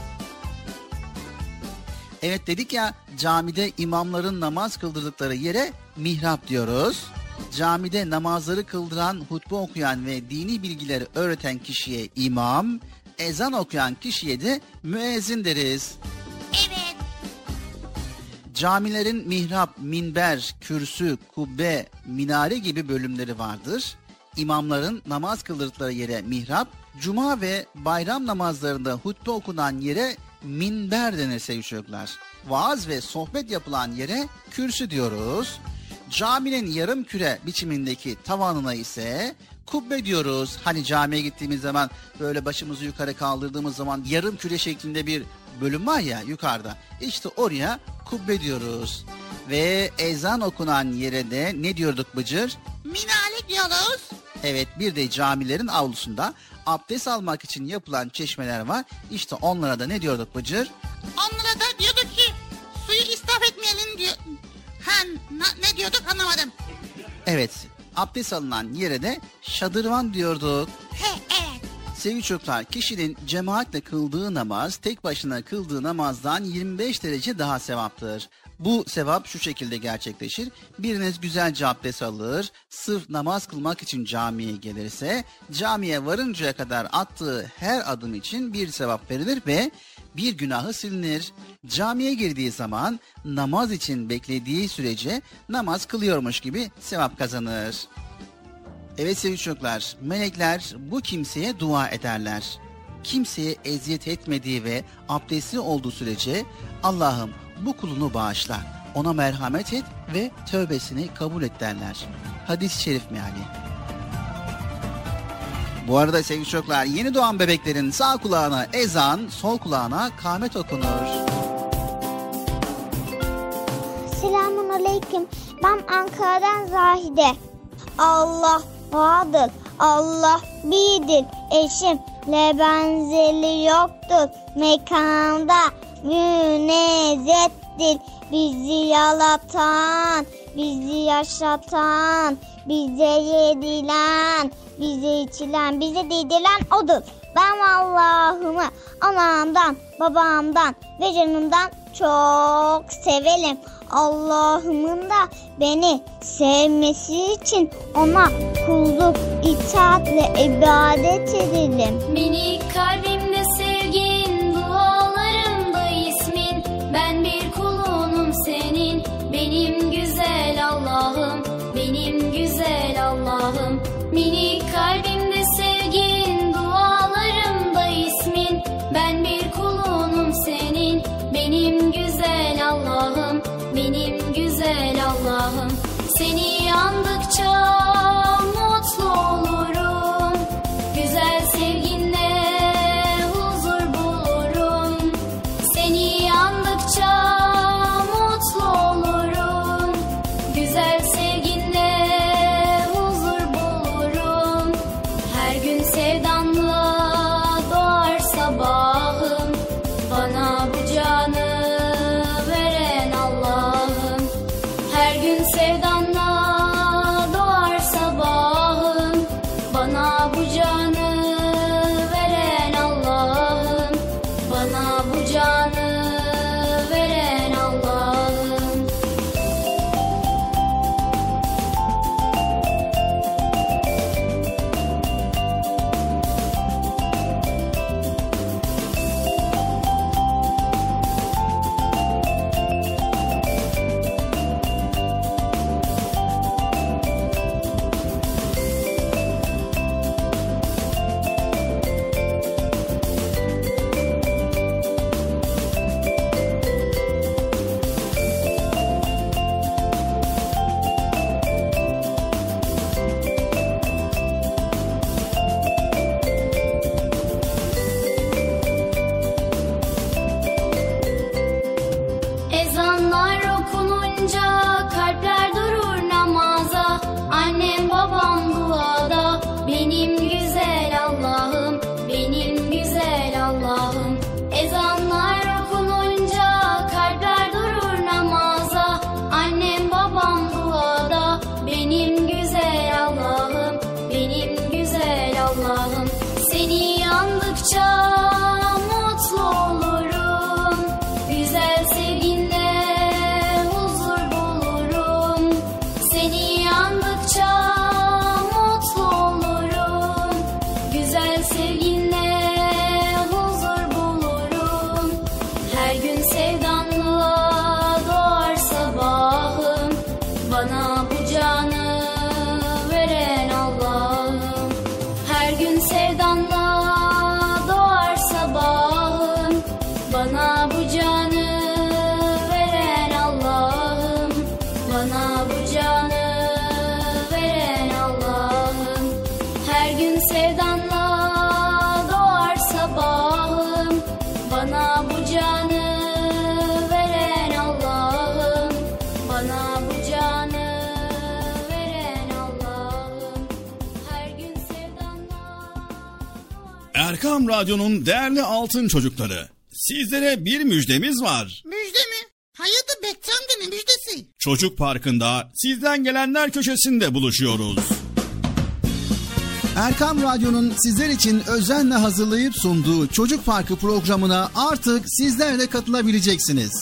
Evet, dedik ya, camide imamların namaz kıldırdıkları yere mihrap diyoruz. Camide namazları kıldıran, hutbe okuyan ve dini bilgileri öğreten kişiye imam, ezan okuyan kişiye de müezzin deriz. Evet. Camilerin mihrap, minber, kürsü, kubbe, minare gibi bölümleri vardır. İmamların namaz kıldırdıkları yere mihrap, cuma ve bayram namazlarında hutbe okunan yere minber denir sevgili çocuklar. Vaaz ve sohbet yapılan yere kürsü diyoruz. Caminin yarım küre biçimindeki tavanına ise kubbe diyoruz. Hani camiye gittiğimiz zaman böyle başımızı yukarı kaldırdığımız zaman yarım küre şeklinde bir bölüm var ya yukarıda. İşte oraya kubbe diyoruz. Ve ezan okunan yere de ne diyorduk Bıcır? Minare diyoruz. Evet, bir de camilerin avlusunda abdest almak için yapılan çeşmeler var. İşte onlara da ne diyorduk Bıcır? Onlara da diyorduk ki suyu israf etmeyelim diyor. Ne diyorduk anlamadım. Evet, abdest alınan yere de şadırvan diyorduk. Evet. Sevgili çocuklar, kişinin cemaatle kıldığı namaz, tek başına kıldığı namazdan 25 derece daha sevaptır. Bu sevap şu şekilde gerçekleşir. Biriniz güzelce abdest alır, sırf namaz kılmak için camiye gelirse, camiye varıncaya kadar attığı her adım için bir sevap verilir ve bir günahı silinir. Camiye girdiği zaman namaz için beklediği sürece namaz kılıyormuş gibi sevap kazanır. Evet sevgili çocuklar, melekler bu kimseye dua ederler. Kimseye eziyet etmediği ve abdestli olduğu sürece Allah'ım bu kulunu bağışla, ona merhamet et ve tövbesini kabul et derler. Hadis-i şerif meali. Bu arada sevgili çocuklar, yeni doğan bebeklerin sağ kulağına ezan, sol kulağına kâmet okunur. Selamun aleyküm. Ben Ankara'dan Zahide. Allah vardır. Allah birdir. Eşimle benzeri yoktur. Mekanda münezzehtir. Bizi yaratan, bizi yaşatan, bize yedilen, bize içilen, bize diydilen odur. Ben Allah'ımı anamdan, babamdan ve canımdan çok severim. Allah'ımın da beni sevmesi için ona kulluk, itaat ve ibadet edelim. Minik kalbimde sevgin, dualarımda ismin. Ben bir kulunum senin, benim güzel Allah'ım, benim güzel Allah'ım. Minik kalbimde sevgin, dualarımda ismin. Ben bir kulunum senin, benim güzel Allah'ım, benim güzel Allah'ım. Seni andıkça mutlu olurum, güzel sevginle huzur bulurum. Seni andıkça mutlu olurum, güzel sevginle huzur bulurum. Her gün sevdanla doğar sabahım, bana bu canı veren Allah'ım. Ezanlar okununca kalpler durur namaza. Annem babam duada. Benim güzel Allah'ım, benim güzel Allah'ım. Ezanlar okununca kalpler durur namaza. Annem babam duada. Benim güzel Allah'ım, benim güzel Allah'ım. Seni yandıkça mutlu olurum. Güzel sevginle huzur bulurum. Seni yandıkça mutlu olurum. Güzel sevginle huzur bulurum. Her gün sevdanla doğar sabahım. Bana bu canı veren Allah'ım. Her gün sevdanla doğar sabahım. Bana bu canı veren Allah'ım. Bana bu canı veren Allah'ım. Her gün sevdanla doğar sabahım. Bana bu canı veren Allah'ım. Bana bu canı veren Allah'ım. Her gün sevdanla Erkam Radyo'nun değerli altın çocukları, sizlere bir müjdemiz var. Müjde mi? Hayırdır Bekçi amca, ne müjdesi? Çocuk Parkı'nda sizden gelenler köşesinde buluşuyoruz. Erkam Radyo'nun sizler için özenle hazırlayıp sunduğu Çocuk Parkı programına artık sizler de katılabileceksiniz.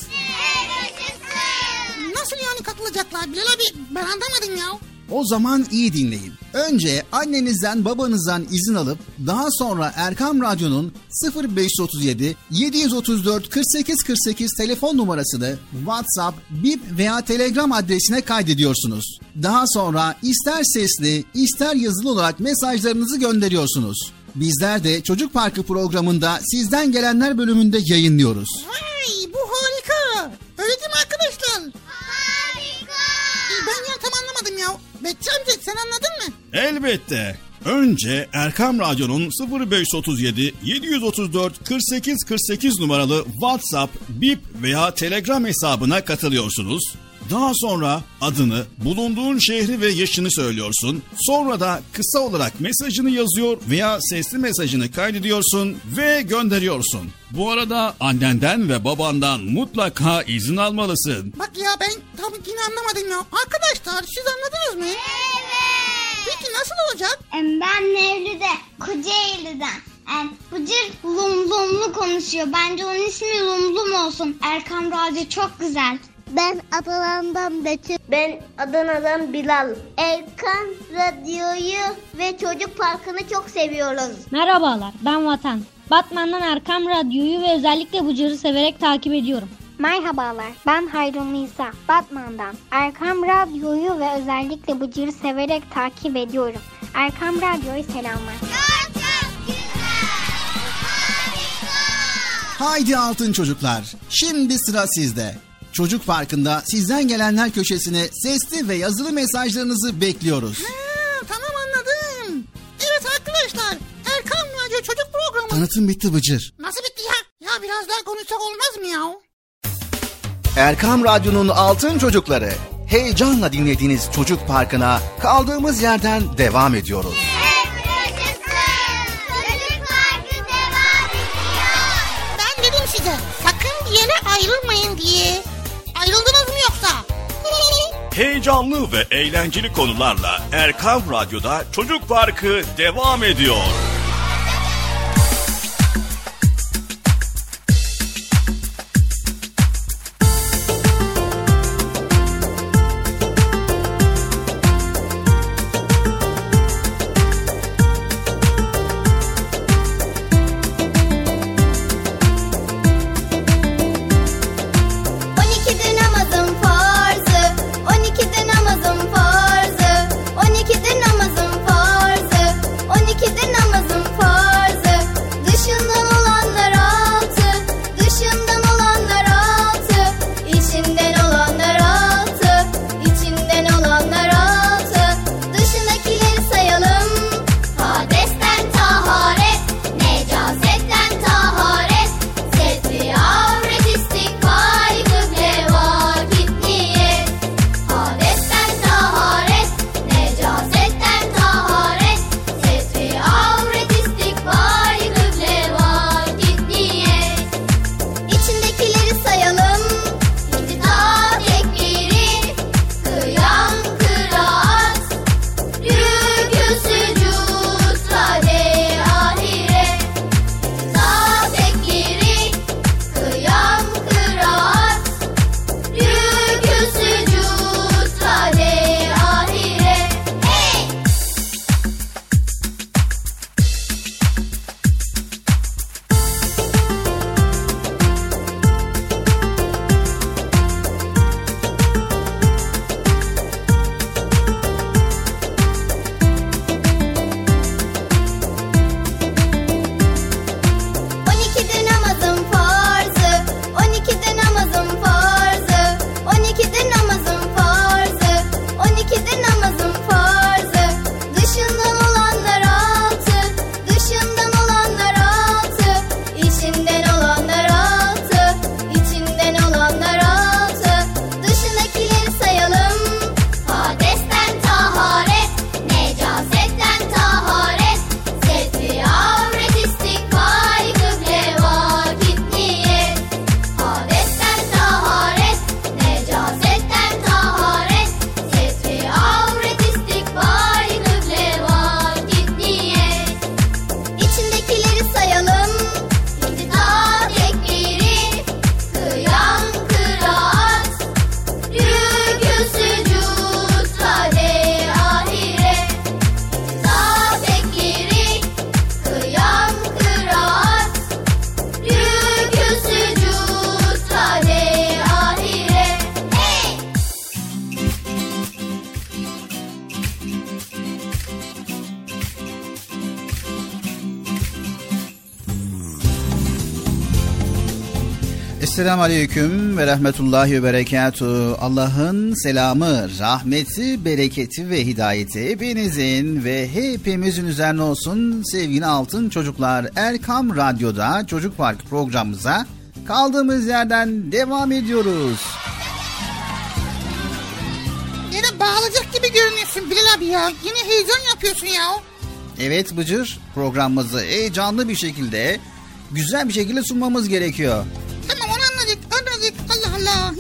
Nasıl yani katılacaklar Bilal abi? Ben anlamadım ya. O zaman iyi dinleyin. Önce annenizden babanızdan izin alıp daha sonra Erkam Radyo'nun 0537 734 48 48 telefon numarasını WhatsApp, Bip veya Telegram adresine kaydediyorsunuz. Daha sonra ister sesli ister yazılı olarak mesajlarınızı gönderiyorsunuz. Bizler de Çocuk Parkı programında sizden gelenler bölümünde yayınlıyoruz. Vay, bu harika. Öyle değil mi arkadaşlar? Harika. Ben ya tam anlamadım ya. Bekçi amca sen anladın mı? Elbette. Önce Erkam Radyo'nun 0537 734 48 48 numaralı WhatsApp, Bip veya Telegram hesabına katılıyorsunuz. Daha sonra adını, bulunduğun şehri ve yaşını söylüyorsun. Sonra da kısa olarak mesajını yazıyor veya sesli mesajını kaydediyorsun ve gönderiyorsun. Bu arada annenden ve babandan mutlaka izin almalısın. Bak ya ben tam yine anlamadım ya. Arkadaşlar siz anladınız mı? Evet. Peki nasıl olacak? Ben Mevlüt'e, Kocaeli'den. Bıcır Lumlu konuşuyor. Bence onun ismi Lumlum olsun. Erkam Radyo çok güzel. Ben Adana'dan Betül. Ben Adana'dan Bilal. Erkam Radyo'yu ve Çocuk Parkı'nı çok seviyoruz. Merhabalar, ben Vatan. Batman'dan Erkam Radyo'yu ve özellikle Bıcır'ı severek takip ediyorum. Merhabalar, ben Hayrun Nisa. Batman'dan Erkam Radyo'yu ve özellikle Bıcır'ı severek takip ediyorum. Erkam Radyo'yu selamlar. Çok güzel, harika. Haydi altın çocuklar, şimdi sıra sizde. Çocuk Parkı'nda sizden gelenler köşesine sesli ve yazılı mesajlarınızı bekliyoruz. Tamam anladım. Evet arkadaşlar, Erkam Radyo Çocuk Programı. Tanıtım bitti Bıcır. Nasıl bitti ya? Ya biraz daha konuşsak olmaz mı ya? Erkam Radyo'nun altın çocukları, heyecanla dinlediğiniz Çocuk Parkı'na kaldığımız yerden devam ediyoruz. Ben dedim size, sakın bir yere ayrılmayın diye. Ayrıldınız mı yoksa? Heyecanlı ve eğlenceli konularla Erkam Radyo'da Çocuk Parkı devam ediyor. Esselamu Aleyküm ve Rahmetullahi ve Berekatuhu. Allah'ın selamı, rahmeti, bereketi ve hidayeti hepinizin ve hepimizin üzerine olsun sevgili altın çocuklar. Erkam Radyo'da Çocuk Parkı programımıza kaldığımız yerden devam ediyoruz. Yine bağlayacak gibi görünüyorsun Bilal abi ya. Yine heyecan yapıyorsun ya. Evet Bıcır, programımızı heyecanlı bir şekilde, güzel bir şekilde sunmamız gerekiyor. Tamam, onu anladık. Allah Allah.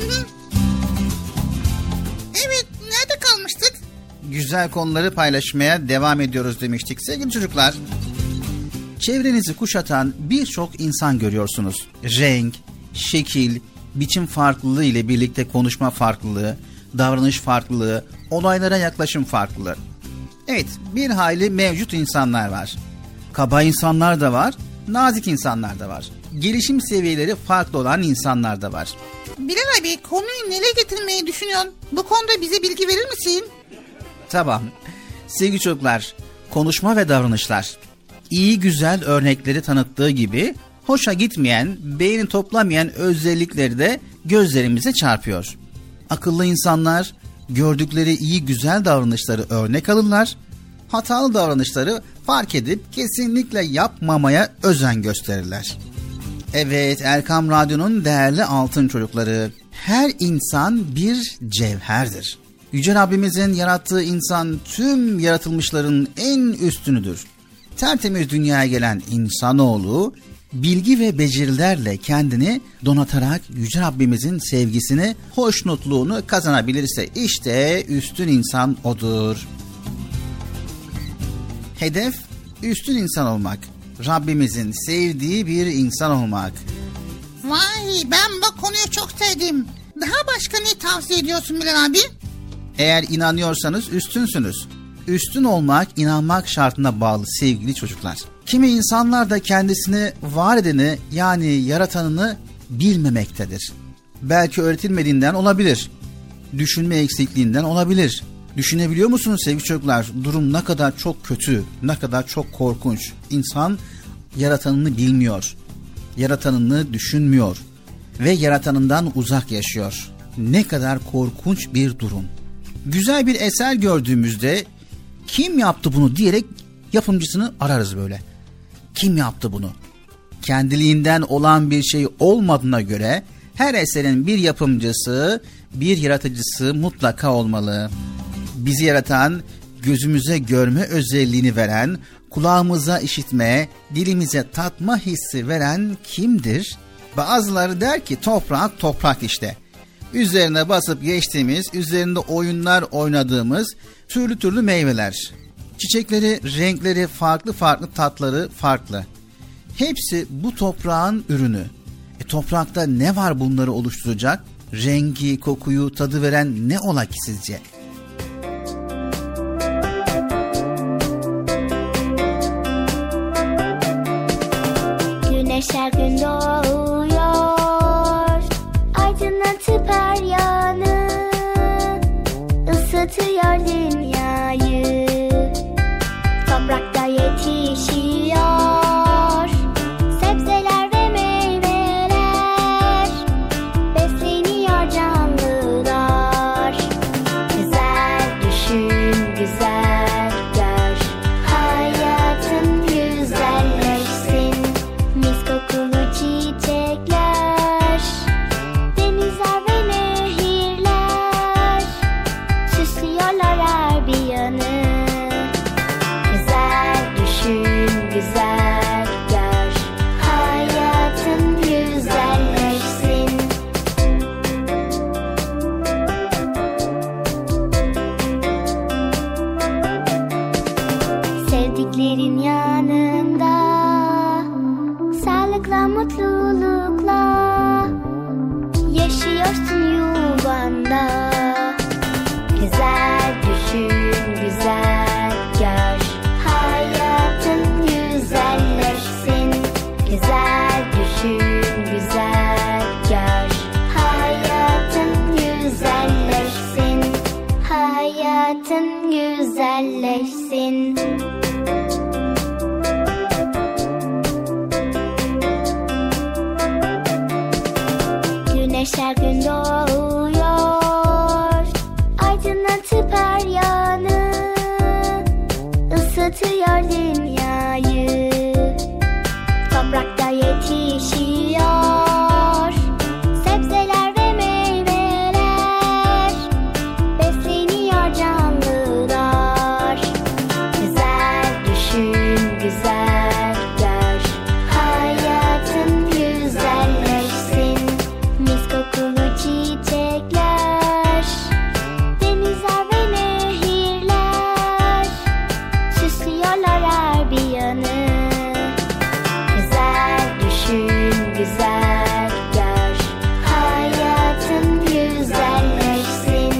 Evet, nerede kalmıştık? Güzel konuları paylaşmaya devam ediyoruz demiştik. Sevgili çocuklar, çevrenizi kuşatan birçok insan görüyorsunuz. Renk, şekil, biçim farklılığı ile birlikte konuşma farklılığı, davranış farklılığı, olaylara yaklaşım farklılığı. Evet, bir hayli mevcut insanlar var. Kaba insanlar da var, nazik insanlar da var. Gelişim seviyeleri farklı olan insanlar da var. Bilal abi, konuyu nereye getirmeyi düşünüyorsun? Bu konuda bize bilgi verir misin? Tamam. Sevgili çocuklar, konuşma ve davranışlar iyi güzel örnekleri tanıttığı gibi hoşa gitmeyen, beyni toplamayan özellikleri de gözlerimize çarpıyor. Akıllı insanlar gördükleri iyi güzel davranışları örnek alırlar, hatalı davranışları fark edip kesinlikle yapmamaya özen gösterirler. Evet, Erkam Radyo'nun değerli altın çocukları, her insan bir cevherdir. Yüce Rabbimizin yarattığı insan tüm yaratılmışların en üstünüdür. Tertemiz dünyaya gelen insanoğlu bilgi ve becerilerle kendini donatarak Yüce Rabbimizin sevgisini, hoşnutluğunu kazanabilirse işte üstün insan odur. Hedef üstün insan olmak. Rabbimizin sevdiği bir insan olmak. Vay, ben bu konuyu çok sevdim. Daha başka ne tavsiye ediyorsun Bilal abi? Eğer inanıyorsanız üstünsünüz. Üstün olmak, inanmak şartına bağlı sevgili çocuklar. Kimi insanlar da kendisini var edeni, yani yaratanını bilmemektedir. Belki öğretilmediğinden olabilir. Düşünme eksikliğinden olabilir. Düşünebiliyor musunuz sevgili çocuklar? Durum ne kadar çok kötü, ne kadar çok korkunç. İnsan yaratanını bilmiyor. Yaratanını düşünmüyor. Ve yaratanından uzak yaşıyor. Ne kadar korkunç bir durum. Güzel bir eser gördüğümüzde kim yaptı bunu diyerek yapımcısını ararız böyle. Kim yaptı bunu? Kendiliğinden olan bir şey olmadığına göre her eserin bir yapımcısı, bir yaratıcısı mutlaka olmalı. Bizi yaratan, gözümüze görme özelliğini veren, kulağımıza işitme, dilimize tatma hissi veren kimdir? Bazıları der ki toprak işte. Üzerine basıp geçtiğimiz, üzerinde oyunlar oynadığımız türlü türlü meyveler. Çiçekleri, renkleri farklı, tatları farklı. Hepsi bu toprağın ürünü. Toprakta ne var bunları oluşturacak? Rengi, kokuyu, tadı veren ne ola ki sizce? Güneş her gün doğuyor, aydınlatıp her yanı, ısıtıyor dünyayı. Toprakta yetişiyor sebzeler ve meyveler, besleniyor canlılar. Güzel düşün, güzel gör, hayatın güzelleşsin. Mis kokulu çiçekler, denizler ve nehirler, süslüyorlar her bir yanı. Güzel düşün, güzel gör, hayatın güzelleşsin. Sevdiklerin yanında, sağlıkla, mutlulukla yaşıyorsun yuvanda. Güzel düşün, güzel gör, hayatın güzelleşsin. Güzel düşün, güzel gör, hayatın güzelleşsin. Hayatın güzelleşsin. Güneş her gün doğuyor, aydınlatıp her yanı, ısıtıyor dünyayı. Toprakta yetişiyor sebzeler ve meyveler, besleniyor canlılar. Güzel düşün, güzel gör, hayatın güzelleşsin. Mis kokulu çiçekler, denizler ve nehirler, süslüyorlar her bir yanı. Güzel düşün, güzel gör, hayatın güzelleşsin.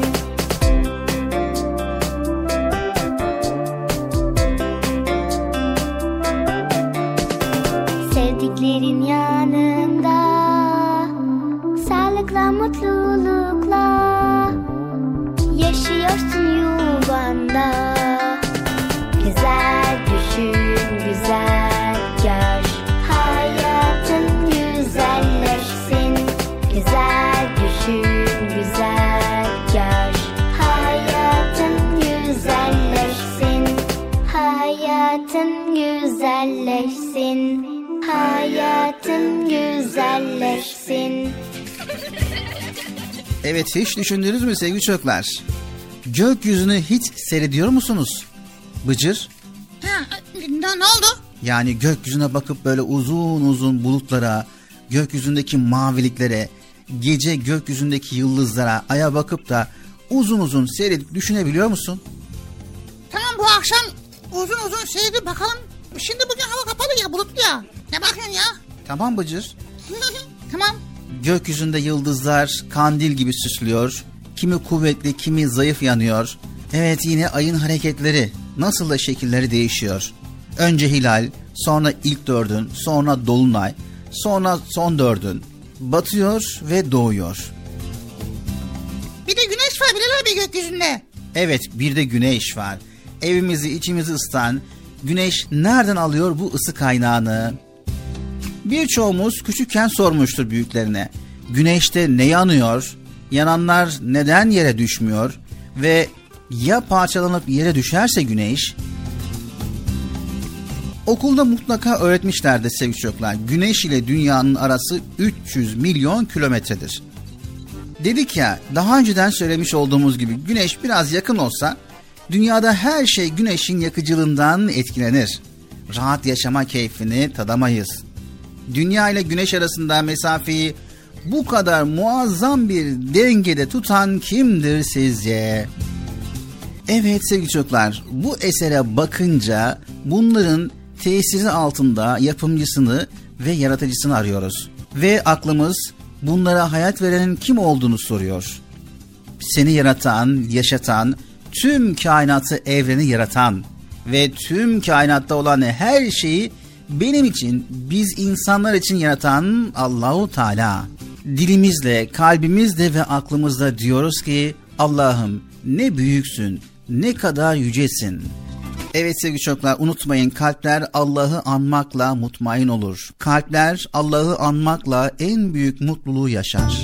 Sevdiklerin yanında, sağlıkla, mutlulukla yaşıyorsun yuvanda. Güzel düşün, güzel gör, hayatın güzelleşsin. Güzel düşün, güzel gör, hayatın güzelleşsin. Hayatın güzelleşsin. Hayatın güzelleşsin. Evet, hiç düşündünüz mü sevgili çocuklar? Gökyüzünü hiç seyrediyor musunuz? Bıcır? Ne oldu? Yani gökyüzüne bakıp böyle uzun uzun bulutlara, gökyüzündeki maviliklere, gece gökyüzündeki yıldızlara, aya bakıp da uzun uzun seyredip düşünebiliyor musun? Tamam, bu akşam uzun uzun seyredip bakalım. Şimdi bugün hava kapalı ya, bulutlu ya. Ne bakıyorsun ya? Tamam Bıcır. Tamam. Gökyüzünde yıldızlar kandil gibi süslüyor. Kimi kuvvetli, kimi zayıf yanıyor. Evet, yine ayın hareketleri, nasıl da şekilleri değişiyor. Önce hilal, sonra ilk dördün, sonra dolunay, sonra son dördün. Batıyor ve doğuyor. Bir de güneş var Bilal abi gökyüzünde. Evet, bir de güneş var. Evimizi, içimizi ısıtan güneş nereden alıyor bu ısı kaynağını? Birçoğumuz küçükken sormuştur büyüklerine. Güneşte ne yanıyor? Yananlar neden yere düşmüyor? Ve ya parçalanıp yere düşerse güneş? Okulda mutlaka öğretmişlerdi sevgili çocuklar. Güneş ile dünyanın arası 300 milyon kilometredir. Dedik ya, daha önceden söylemiş olduğumuz gibi güneş biraz yakın olsa dünyada her şey güneşin yakıcılığından etkilenir. Rahat yaşama keyfini tadamayız. Dünya ile güneş arasında mesafeyi bu kadar muazzam bir dengede tutan kimdir sizce? Evet sevgili çocuklar, bu esere bakınca bunların tesiri altında yapımcısını ve yaratıcısını arıyoruz. Ve aklımız bunlara hayat verenin kim olduğunu soruyor. Seni yaratan, yaşatan, tüm kainatı, evreni yaratan ve tüm kainatta olan her şeyi benim için, biz insanlar için yaratan Allahu Teala. Dilimizle, kalbimizle ve aklımızla diyoruz ki Allah'ım ne büyüksün, ne kadar yücesin. Evet sevgili çocuklar, unutmayın, kalpler Allah'ı anmakla mutmain olur. Kalpler Allah'ı anmakla en büyük mutluluğu yaşar.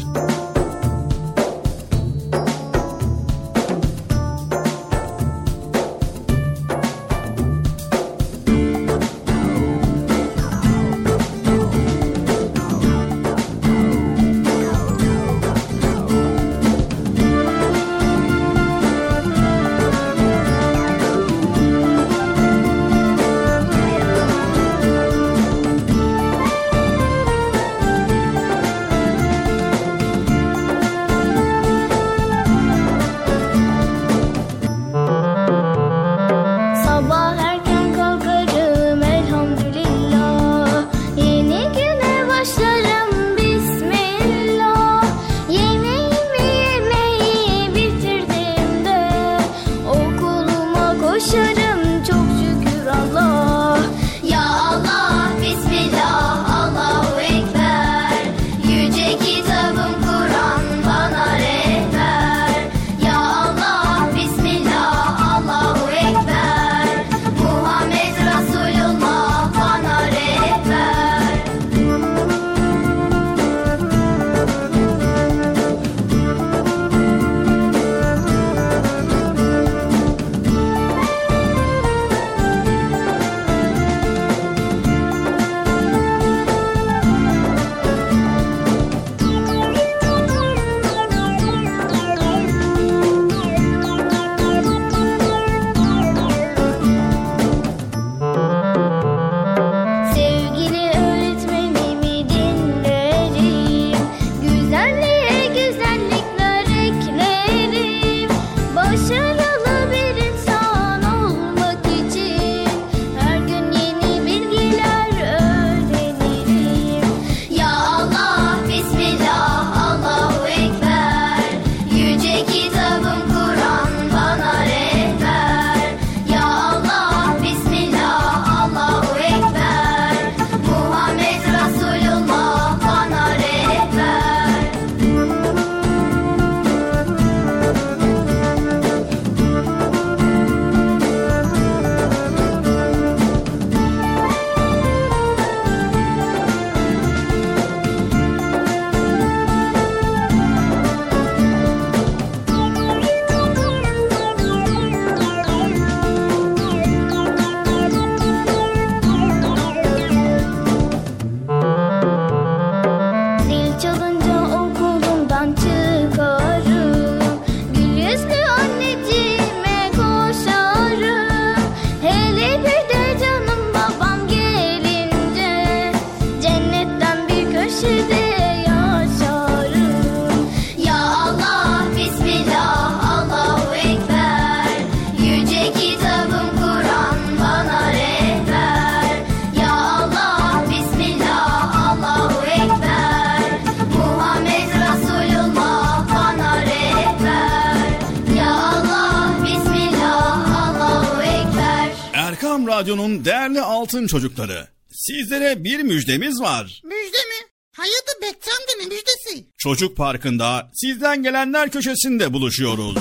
Radyo'nun değerli altın çocukları, sizlere bir müjdemiz var. Müjde mi? Hayırdır Bekçi amca, ne müjdesi? Çocuk Parkı'nda sizden gelenler köşesinde buluşuyoruz.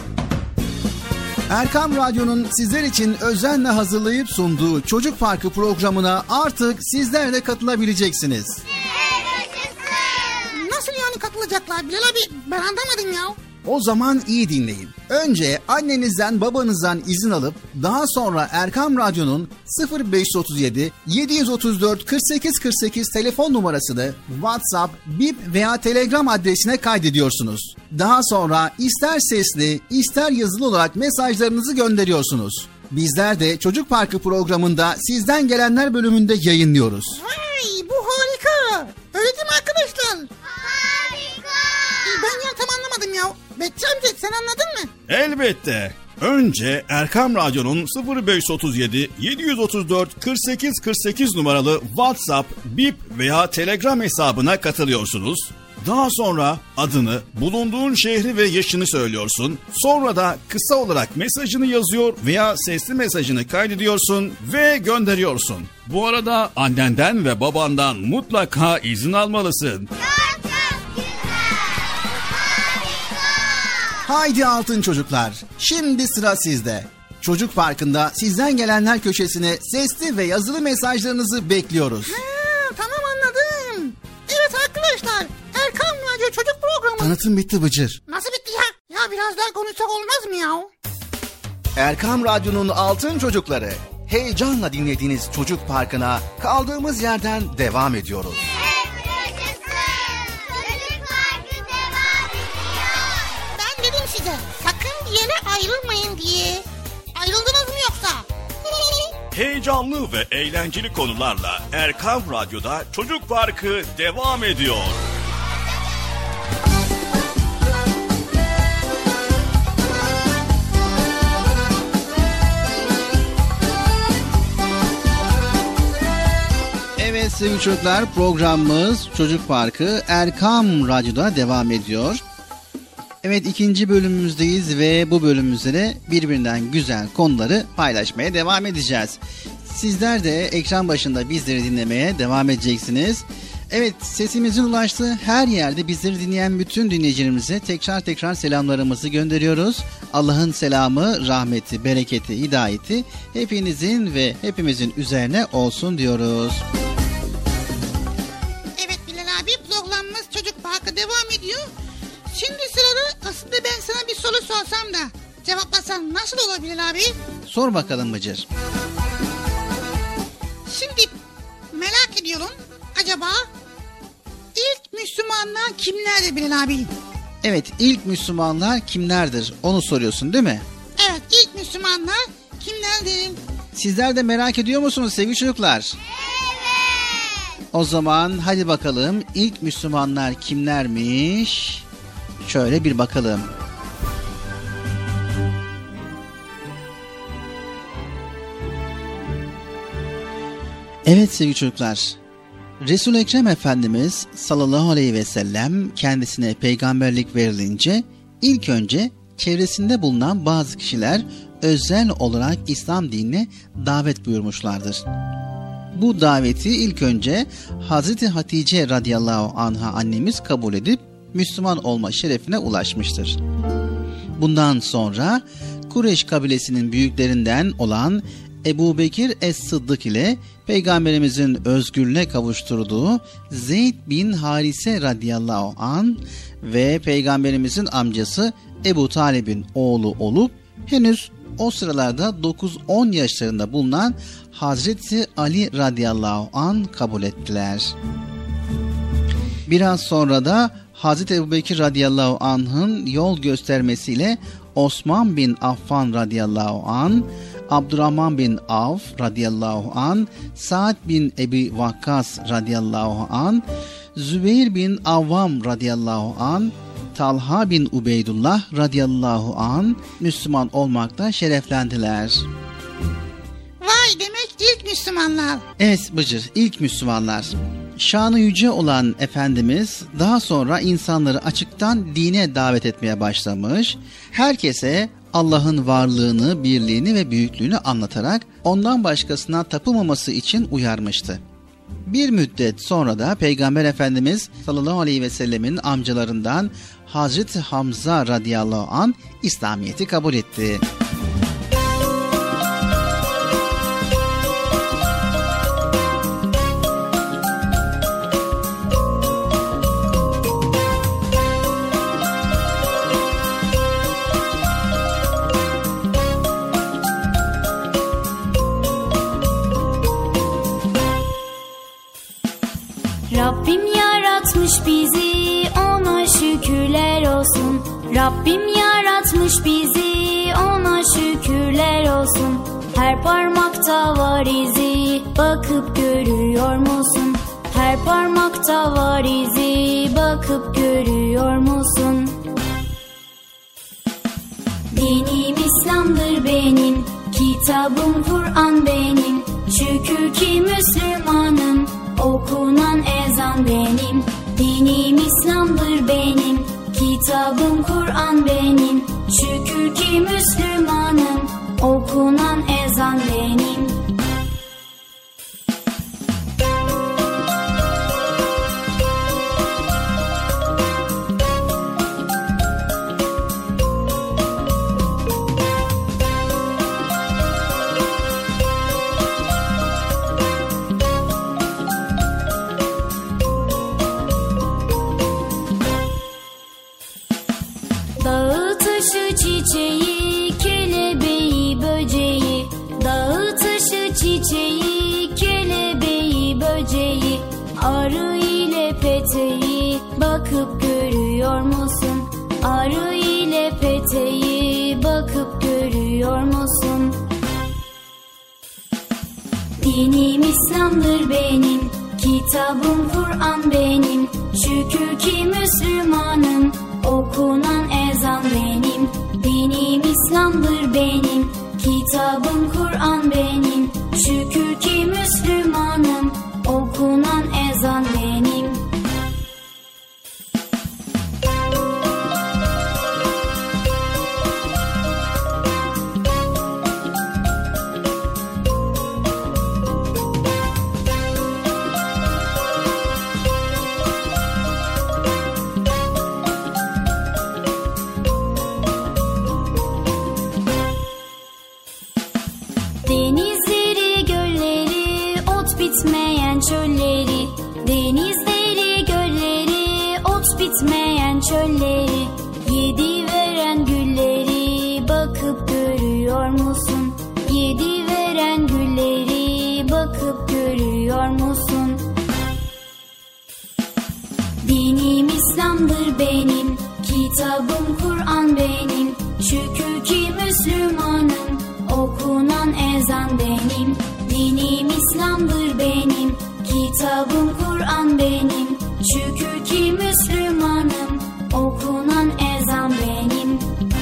Erkam Radyo'nun sizler için özenle hazırlayıp sunduğu Çocuk Parkı programına artık sizler de katılabileceksiniz. Nasıl yani katılacaklar Bilal abi? Ben anlamadım ya. O zaman iyi dinleyin. Önce annenizden babanızdan izin alıp daha sonra Erkam Radyo'nun 0537 734 48 48 telefon numarasını WhatsApp, Bip veya Telegram adresine kaydediyorsunuz. Daha sonra ister sesli ister yazılı olarak mesajlarınızı gönderiyorsunuz. Bizler de Çocuk Parkı programında sizden gelenler bölümünde yayınlıyoruz. Vay, bu harika. Öyle değil mi arkadaşlar? Harika. Ben ya tam anlamadım ya. Bekçi amca sen anladın mı? Elbette. Önce Erkam Radyo'nun 0537 734 48 48 numaralı WhatsApp, Bip veya Telegram hesabına katılıyorsunuz. Daha sonra adını, bulunduğun şehri ve yaşını söylüyorsun. Sonra da kısa olarak mesajını yazıyor veya sesli mesajını kaydediyorsun ve gönderiyorsun. Bu arada annenden ve babandan mutlaka izin almalısın. Haydi altın çocuklar, şimdi sıra sizde. Çocuk Parkı'nda sizden gelenler köşesine sesli ve yazılı mesajlarınızı bekliyoruz. Tamam anladım. Evet arkadaşlar, Erkam Radyo Çocuk Programı. Tanıtım bitti Bıcır. Nasıl bitti ya? Ya biraz daha konuşsak olmaz mı ya? Erkam Radyo'nun altın çocukları, heyecanla dinlediğiniz Çocuk Parkı'na kaldığımız yerden devam ediyoruz. Ben dedim size, sakın bir yere ayrılmayın diye. Ayrıldınız mı yoksa? Heyecanlı ve eğlenceli konularla Erkam Radyo'da Çocuk Parkı devam ediyor. Evet sevgili çocuklar, programımız Çocuk Parkı Erkam Radyo'da devam ediyor. Evet, ikinci bölümümüzdeyiz ve bu bölümümüzde de birbirinden güzel konuları paylaşmaya devam edeceğiz. Sizler de ekran başında bizleri dinlemeye devam edeceksiniz. Evet, sesimizin ulaştığı her yerde bizleri dinleyen bütün dinleyicilerimize tekrar selamlarımızı gönderiyoruz. Allah'ın selamı, rahmeti, bereketi, hidayeti hepinizin ve hepimizin üzerine olsun diyoruz. Evet Bilal abi, programımız Çocuk Parkı devam ediyor. Şimdi sırada aslında ben sana bir soru sorsam da cevaplasan nasıl olabilir abi? Sor bakalım Bıcır. Şimdi merak ediyorum, acaba ilk Müslümanlar kimlerdi Bilal abi? Evet, ilk Müslümanlar kimlerdir onu soruyorsun değil mi? Evet, ilk Müslümanlar kimlerdi? Sizler de merak ediyor musunuz sevgili çocuklar? Evet. O zaman hadi bakalım ilk Müslümanlar kimlermiş? Şöyle bir bakalım. Evet sevgili çocuklar, Resul-i Ekrem Efendimiz sallallahu aleyhi ve sellem kendisine peygamberlik verilince ilk önce çevresinde bulunan bazı kişiler özel olarak İslam dinine davet buyurmuşlardır. Bu daveti ilk önce Hazreti Hatice radıyallahu anha annemiz kabul edip Müslüman olma şerefine ulaşmıştır. Bundan sonra Kureyş kabilesinin büyüklerinden olan Ebu Bekir Es-Sıddık ile Peygamberimizin özgürlüğüne kavuşturduğu Zeyd bin Harise radıyallahu an ve Peygamberimizin amcası Ebu Talib'in oğlu olup henüz o sıralarda 9-10 yaşlarında bulunan Hazreti Ali radıyallahu an kabul ettiler. Biraz sonra da Hazreti Ebubekir radıyallahu anh'ın yol göstermesiyle Osman bin Affan radıyallahu an, Abdurrahman bin Avf radıyallahu an, Sa'd bin Ebi Vakkas radıyallahu an, Zübeyir bin Avvam radıyallahu an, Talha bin Ubeydullah radıyallahu an Müslüman olmakta şereflendiler. Vay, demek ilk Müslümanlar. Evet Bıcır, ilk Müslümanlar. Şanı yüce olan Efendimiz daha sonra insanları açıktan dine davet etmeye başlamış. Herkese Allah'ın varlığını, birliğini ve büyüklüğünü anlatarak ondan başkasına tapılmaması için uyarmıştı. Bir müddet sonra da Peygamber Efendimiz sallallahu aleyhi ve sellemin amcalarından Hazreti Hamza radıyallahu anh İslamiyet'i kabul etti. Rabbim yaratmış bizi, ona şükürler olsun. Rabbim yaratmış bizi, ona şükürler olsun. Her parmakta var izi, bakıp görüyor musun? Her parmakta var izi, bakıp görüyor musun? Dinim İslam'dır benim, kitabım Kur'an benim. Şükür ki Müslümanım, okunan ezan benim. Dinim İslam'dır benim, kitabım Kur'an benim. Şükür ki Müslümanım, okunan ezan benim. Dağı taşı çiçeği, kelebeği böceği. Dağı taşı çiçeği, kelebeği böceği. Arı ile peteği, bakıp görüyor musun? Arı ile peteği, bakıp görüyor musun? Dinim İslam'dır benim, kitabım Kur'an benim. Şükür ki Müslümanım, okunan ezan benim. Dinim İslam'dır benim, kitabım Kur'an benim. Şükür ki Müslümanım, okunan ezan benim. Denizleri, gölleri, ot bitmeyen çölleri. Denizleri, gölleri, ot bitmeyen çölleri. Yedi veren gülleri, bakıp görüyor musun? Yedi veren gülleri, bakıp görüyor musun? Dinim İslam'dır benim, kitabım Kur'an benim. Şükür ki Müslümanım, okunan ezan benim. Dinim İslam'dır benim, kitabım Kur'an benim. Şükür ki Müslümanım, okunan ezan benim.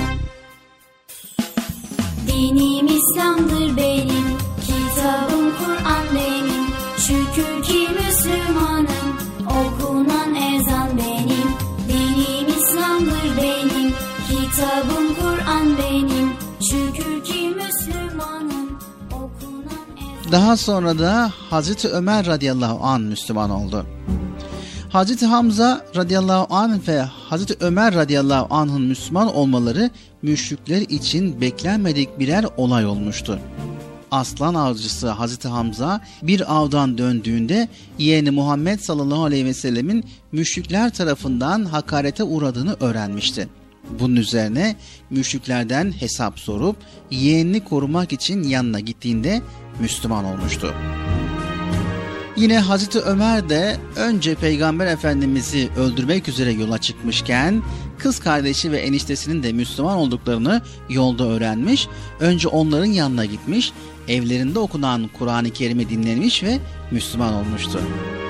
Dinim İslam'dır benim, kitabım Kur'an benim. Şükür ki Müslümanım, okunan ezan benim. Dinim İslam'dır benim, kitabım Kur'an benim. Şükür ki Müslümanım, okunan ezan. Daha sonra da Hazreti Ömer radıyallahu anh Müslüman oldu. Hazreti Hamza radıyallahu anh ve Hazreti Ömer radıyallahu anh'ın Müslüman olmaları müşrikler için beklenmedik birer olay olmuştu. Aslan avcısı Hazreti Hamza bir avdan döndüğünde yeğeni Muhammed sallallahu aleyhi ve sellemin müşrikler tarafından hakarete uğradığını öğrenmişti. Bunun üzerine müşriklerden hesap sorup yeğenini korumak için yanına gittiğinde Müslüman olmuştu. Yine Hazreti Ömer de önce Peygamber Efendimiz'i öldürmek üzere yola çıkmışken kız kardeşi ve eniştesinin de Müslüman olduklarını yolda öğrenmiş. Önce onların yanına gitmiş, evlerinde okunan Kur'an-ı Kerim'i dinlemiş ve Müslüman olmuştu.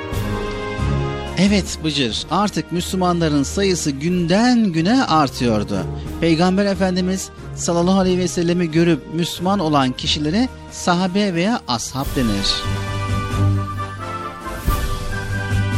Evet Bıcır, artık Müslümanların sayısı günden güne artıyordu. Peygamber Efendimiz sallallahu aleyhi ve sellemi görüp Müslüman olan kişilere sahabe veya ashab denir.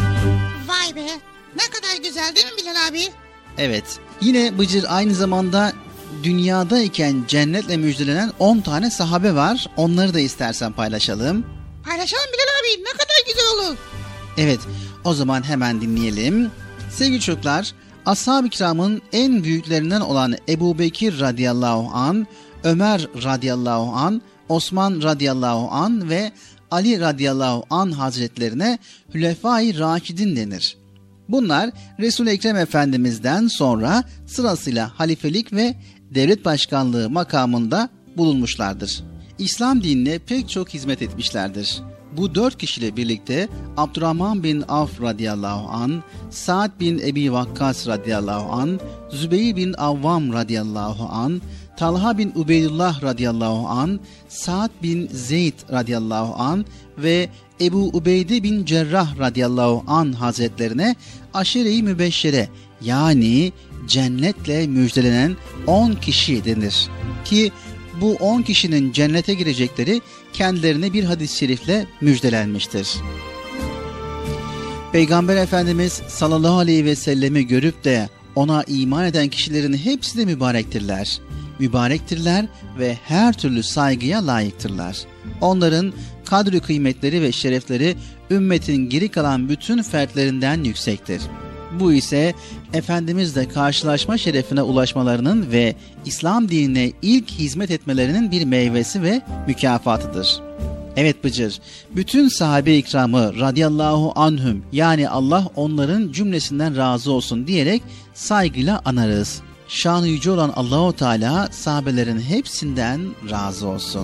güzel değil mi Bilal abi? Evet. Yine Bıcır aynı zamanda dünyadayken cennetle müjdelenen 10 tane sahabe var. Onları da istersen paylaşalım. Paylaşalım Bilal abi, ne kadar güzel olur. Evet, o zaman hemen dinleyelim. Sevgili çocuklar, Ashab-ı Kiram'ın en büyüklerinden olan Ebu Bekir radıyallahu an, Ömer radıyallahu an, Osman radıyallahu an ve Ali radıyallahu an hazretlerine Hülefai Raşidin denir. Bunlar Resul-i Ekrem Efendimiz'den sonra sırasıyla halifelik ve devlet başkanlığı makamında bulunmuşlardır. İslam dinine pek çok hizmet etmişlerdir. Bu 4 kişiyle birlikte Abdurrahman bin Avf radıyallahu an, Sa'd bin Ebi Vakkas radıyallahu an, Zübeyir bin Avvam radıyallahu an, Talha bin Ubeydullah radıyallahu an, Sa'd bin Zeyd radıyallahu an ve Ebu Ubeyde bin Cerrah radıyallahu an hazretlerine aşire-i mübeşşere yani cennetle müjdelenen 10 kişi denir. Ki bu 10 kişinin cennete girecekleri kendilerine bir hadis-i şerifle müjdelenmiştir. Peygamber Efendimiz sallallahu aleyhi ve sellemi görüp de ona iman eden kişilerin hepsi de mübarektirler. Mübarektirler ve her türlü saygıya layıktırlar. Onların kadri kıymetleri ve şerefleri ümmetin geri kalan bütün fertlerinden yüksektir. Bu ise Efendimizle karşılaşma şerefine ulaşmalarının ve İslam dinine ilk hizmet etmelerinin bir meyvesi ve mükafatıdır. Evet Bıcır, bütün sahabe-i ikramı radıyallahu anhüm yani Allah onların cümlesinden razı olsun diyerek saygıyla anarız. Şanı yüce olan Allahu Teala sahabelerin hepsinden razı olsun.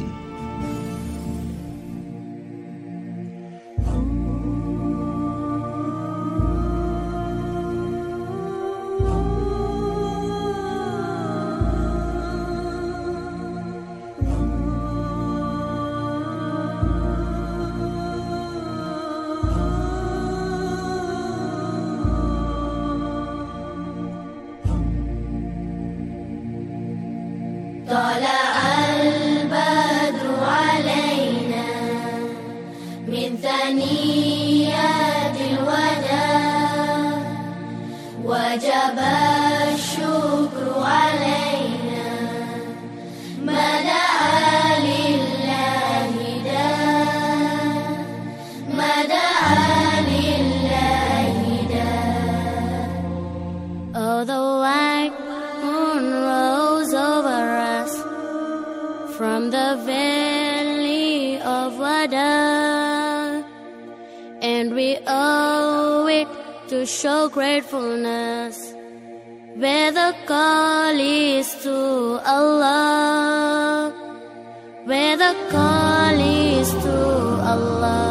Show gratefulness where the call is to Allah, where the call is to Allah.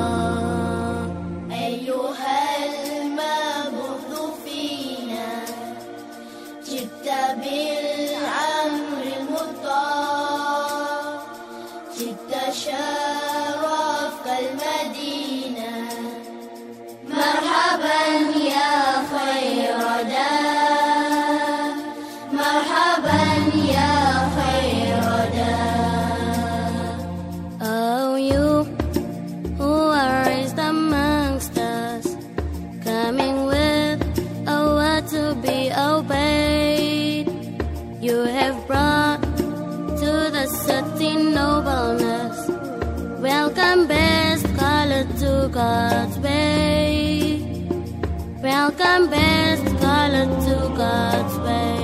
أيها المبعوث فينا جئت بالأمر المطاع جئت شرفت المدينة مرحبا يا خير دار مرحبا يا خير دار. Oh, you who are raised amongst us, coming with a word to be obeyed, you have brought to the city nobleness. Welcome, best caller to God's way. Welcome, best caller to God's way.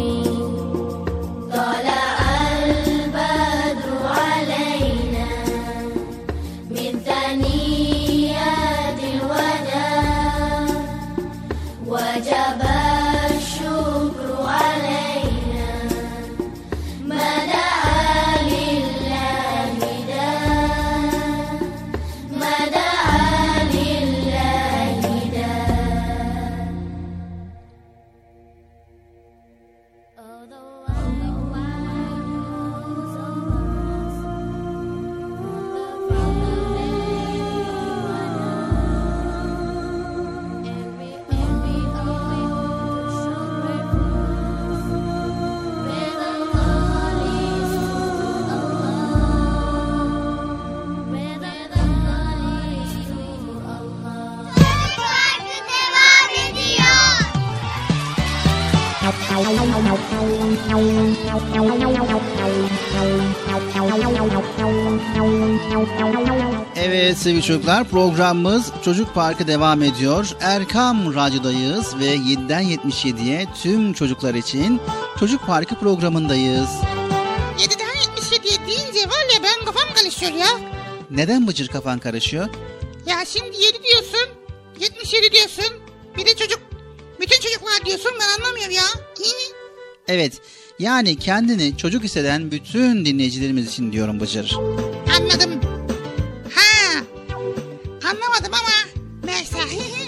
طلع البدر علينا من ثنيات الوداع وجب الشكر علينا ما دعا لله داع ما دعا. Evet sevgili çocuklar, programımız Çocuk Parkı devam ediyor. Erkam Radyo'dayız ve 7'den 77'ye tüm çocuklar için Çocuk Parkı programındayız. 7'den 77'ye deyince var ya ben kafam karışıyor ya. Neden Bıcır kafan karışıyor? Ya şimdi 7 diyorsun, 77 diyorsun, bir de çocuk, bütün çocuklar diyorsun, ben anlamıyorum ya. Evet, yani kendini çocuk hisseden bütün dinleyicilerimiz için diyorum Bıcır. Anladım. Ha, anlamadım ama neyse.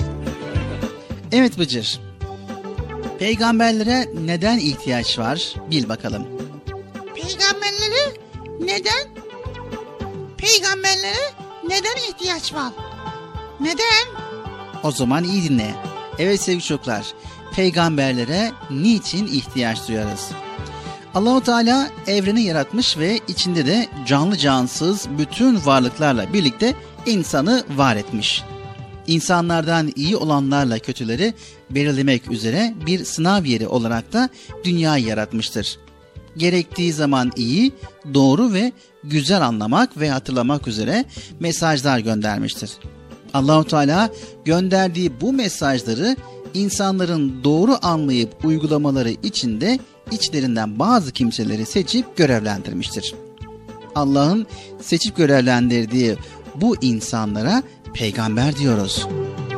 Evet Bıcır. Peygamberlere neden ihtiyaç var? Bil bakalım. Peygamberlere neden? Peygamberlere neden ihtiyaç var? Neden? O zaman iyi dinle. Evet sevgili çocuklar, peygamberlere niçin ihtiyaç duyarız? Allah-u Teala evreni yaratmış ve içinde de canlı cansız bütün varlıklarla birlikte insanı var etmiş. İnsanlardan iyi olanlarla kötüleri belirlemek üzere bir sınav yeri olarak da dünyayı yaratmıştır. Gerektiği zaman iyi, doğru ve güzel anlamak ve hatırlamak üzere mesajlar göndermiştir. Allah-u Teala gönderdiği bu mesajları insanların doğru anlayıp uygulamaları için de içlerinden bazı kimseleri seçip görevlendirmiştir. Allah'ın seçip görevlendirdiği bu insanlara peygamber diyoruz.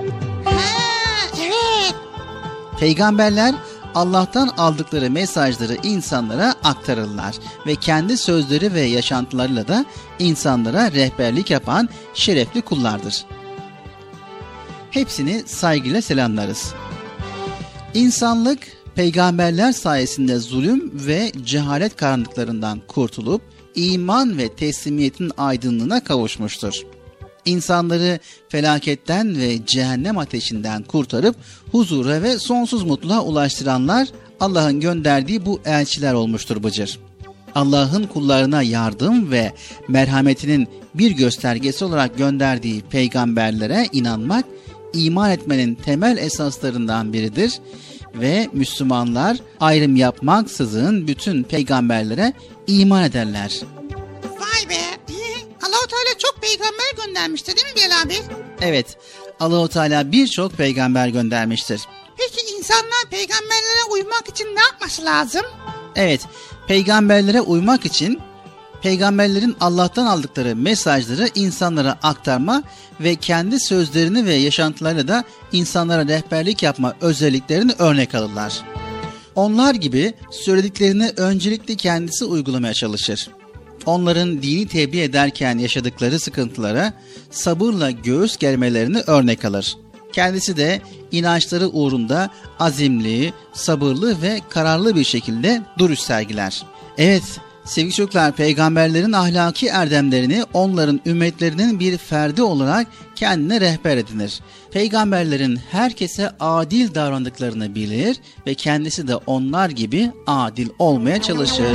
Evet. Peygamberler Allah'tan aldıkları mesajları insanlara aktarırlar ve kendi sözleri ve yaşantılarıyla da insanlara rehberlik yapan şerefli kullardır. Hepsini saygıyla selamlarız. İnsanlık peygamberler sayesinde zulüm ve cehalet karanlıklarından kurtulup iman ve teslimiyetin aydınlığına kavuşmuştur. İnsanları felaketten ve cehennem ateşinden kurtarıp huzura ve sonsuz mutluluğa ulaştıranlar Allah'ın gönderdiği bu elçiler olmuştur Bıcır. Allah'ın kullarına yardım ve merhametinin bir göstergesi olarak gönderdiği peygamberlere inanmak, iman etmenin temel esaslarından biridir ve Müslümanlar ayrım yapmaksızın bütün peygamberlere iman ederler. Vay be! Allah-u Teala çok peygamber göndermişti değil mi Bilal abi? Evet, Allah-u Teala birçok peygamber göndermiştir. Peki insanlar peygamberlere uymak için ne yapması lazım? Evet, peygamberlere uymak için peygamberlerin Allah'tan aldıkları mesajları insanlara aktarma ve kendi sözlerini ve yaşantılarıyla da insanlara rehberlik yapma özelliklerini örnek alırlar. Onlar gibi söylediklerini öncelikle kendisi uygulamaya çalışır. Onların dini tebliğ ederken yaşadıkları sıkıntılara sabırla göğüs germelerini örnek alır. Kendisi de inançları uğrunda azimli, sabırlı ve kararlı bir şekilde duruş sergiler. Evet, sevgili çocuklar, peygamberlerin ahlaki erdemlerini onların ümmetlerinin bir ferdi olarak kendine rehber edinir. Peygamberlerin herkese adil davrandıklarını bilir ve kendisi de onlar gibi adil olmaya çalışır.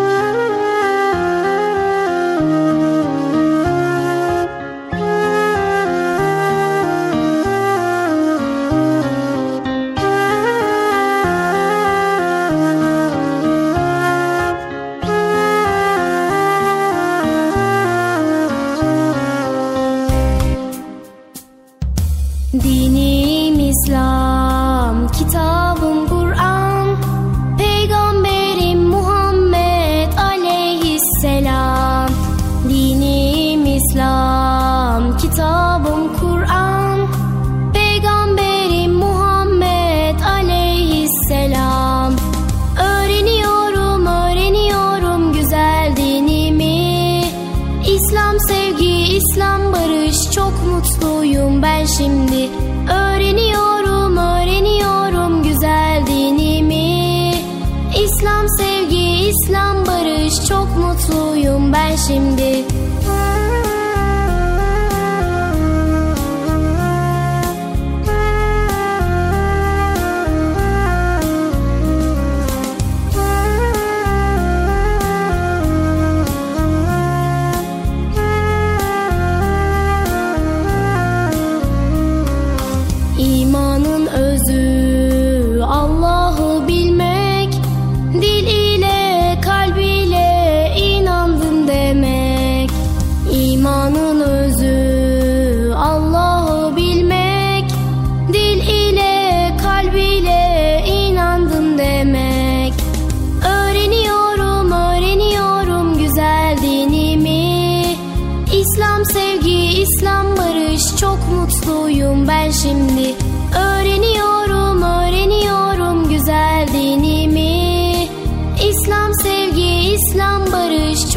Dinim İslam, kitabım Kur'an, peygamberim Muhammed aleyhisselam. Dinim İslam, kitabım Kur'an, peygamberim Muhammed aleyhisselam. Öğreniyorum, öğreniyorum güzel dinimi. İslam sevgi, İslam barış, çok mutluyum ben şimdi. Öğreniyorum, öğreniyorum güzel dinimi. İslam sevgi, İslam barış, çok mutluyum ben şimdi. İmanın özü Allah'ı bilmek.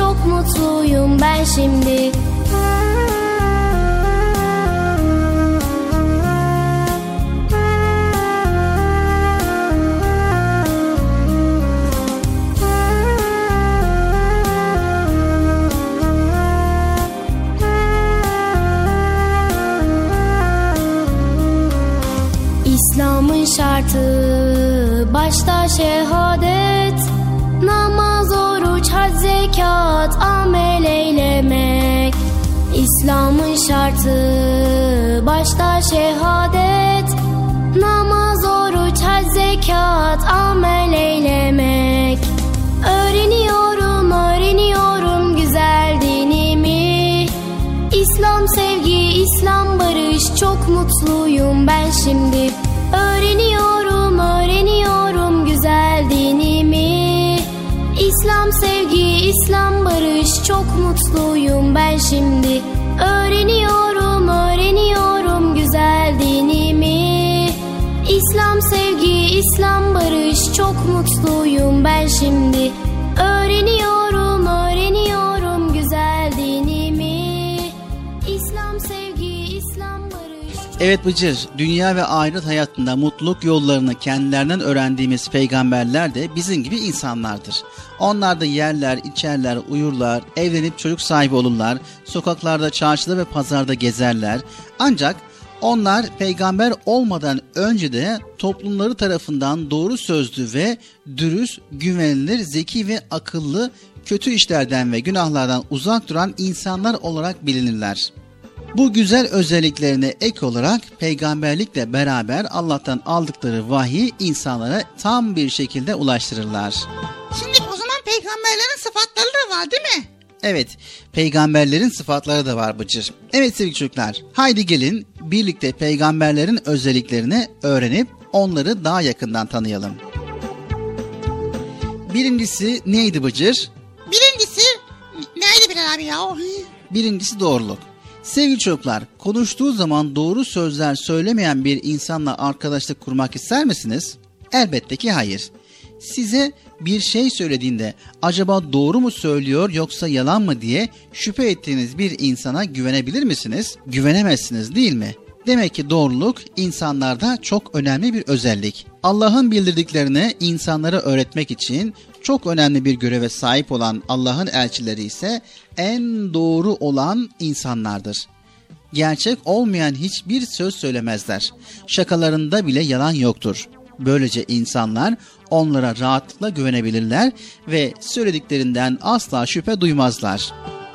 çok mutluyum ben şimdi. İslam'ın şartı başta şehadet, namaz, oruç, hac, zekat, amel eylemek. İslam'ın şartı başta şehadet, namaz, oruç, hac, zekat, amel eylemek. Öğreniyorum, öğreniyorum güzel dinimi. İslam sevgi, İslam barış, çok mutluyum ben şimdi. Öğreniyorum, öğreniyorum güzel dinimi. İslam sevgi, İslam barış, çok mutluyum ben şimdi. Öğreniyorum, öğreniyorum güzel dinimi. İslam sevgi, İslam barış, çok mutluyum ben şimdi. Öğreniyorum, öğreniyorum güzel dinimi. İslam sevgi, İslam barış. Evet Bıcır, dünya ve ahiret hayatında mutluluk yollarını kendilerinden öğrendiğimiz peygamberler de bizim gibi insanlardır. Onlar da yerler, içerler, uyurlar, evlenip çocuk sahibi olurlar, sokaklarda, çarşıda ve pazarda gezerler. Ancak onlar peygamber olmadan önce de toplumları tarafından doğru sözlü ve dürüst, güvenilir, zeki ve akıllı, kötü işlerden ve günahlardan uzak duran insanlar olarak bilinirler. Bu güzel özelliklerine ek olarak peygamberlikle beraber Allah'tan aldıkları vahyi insanlara tam bir şekilde ulaştırırlar. Şimdi o zaman peygamberlerin sıfatları da var değil mi? Evet, peygamberlerin sıfatları da var Bıcır. Evet sevgili çocuklar, haydi gelin birlikte peygamberlerin özelliklerini öğrenip onları daha yakından tanıyalım. Birincisi neydi Bıcır? Birincisi neydi Bilal abi ya? Birincisi doğruluk. Sevgili çocuklar, konuştuğu zaman doğru sözler söylemeyen bir insanla arkadaşlık kurmak ister misiniz? Elbette ki hayır. Size bir şey söylediğinde acaba doğru mu söylüyor yoksa yalan mı diye şüphe ettiğiniz bir insana güvenebilir misiniz? Güvenemezsiniz değil mi? Demek ki doğruluk insanlarda çok önemli bir özellik. Allah'ın bildirdiklerini insanlara öğretmek için çok önemli bir göreve sahip olan Allah'ın elçileri ise en doğru olan insanlardır. Gerçek olmayan hiçbir söz söylemezler. Şakalarında bile yalan yoktur. Böylece insanlar onlara rahatlıkla güvenebilirler ve söylediklerinden asla şüphe duymazlar.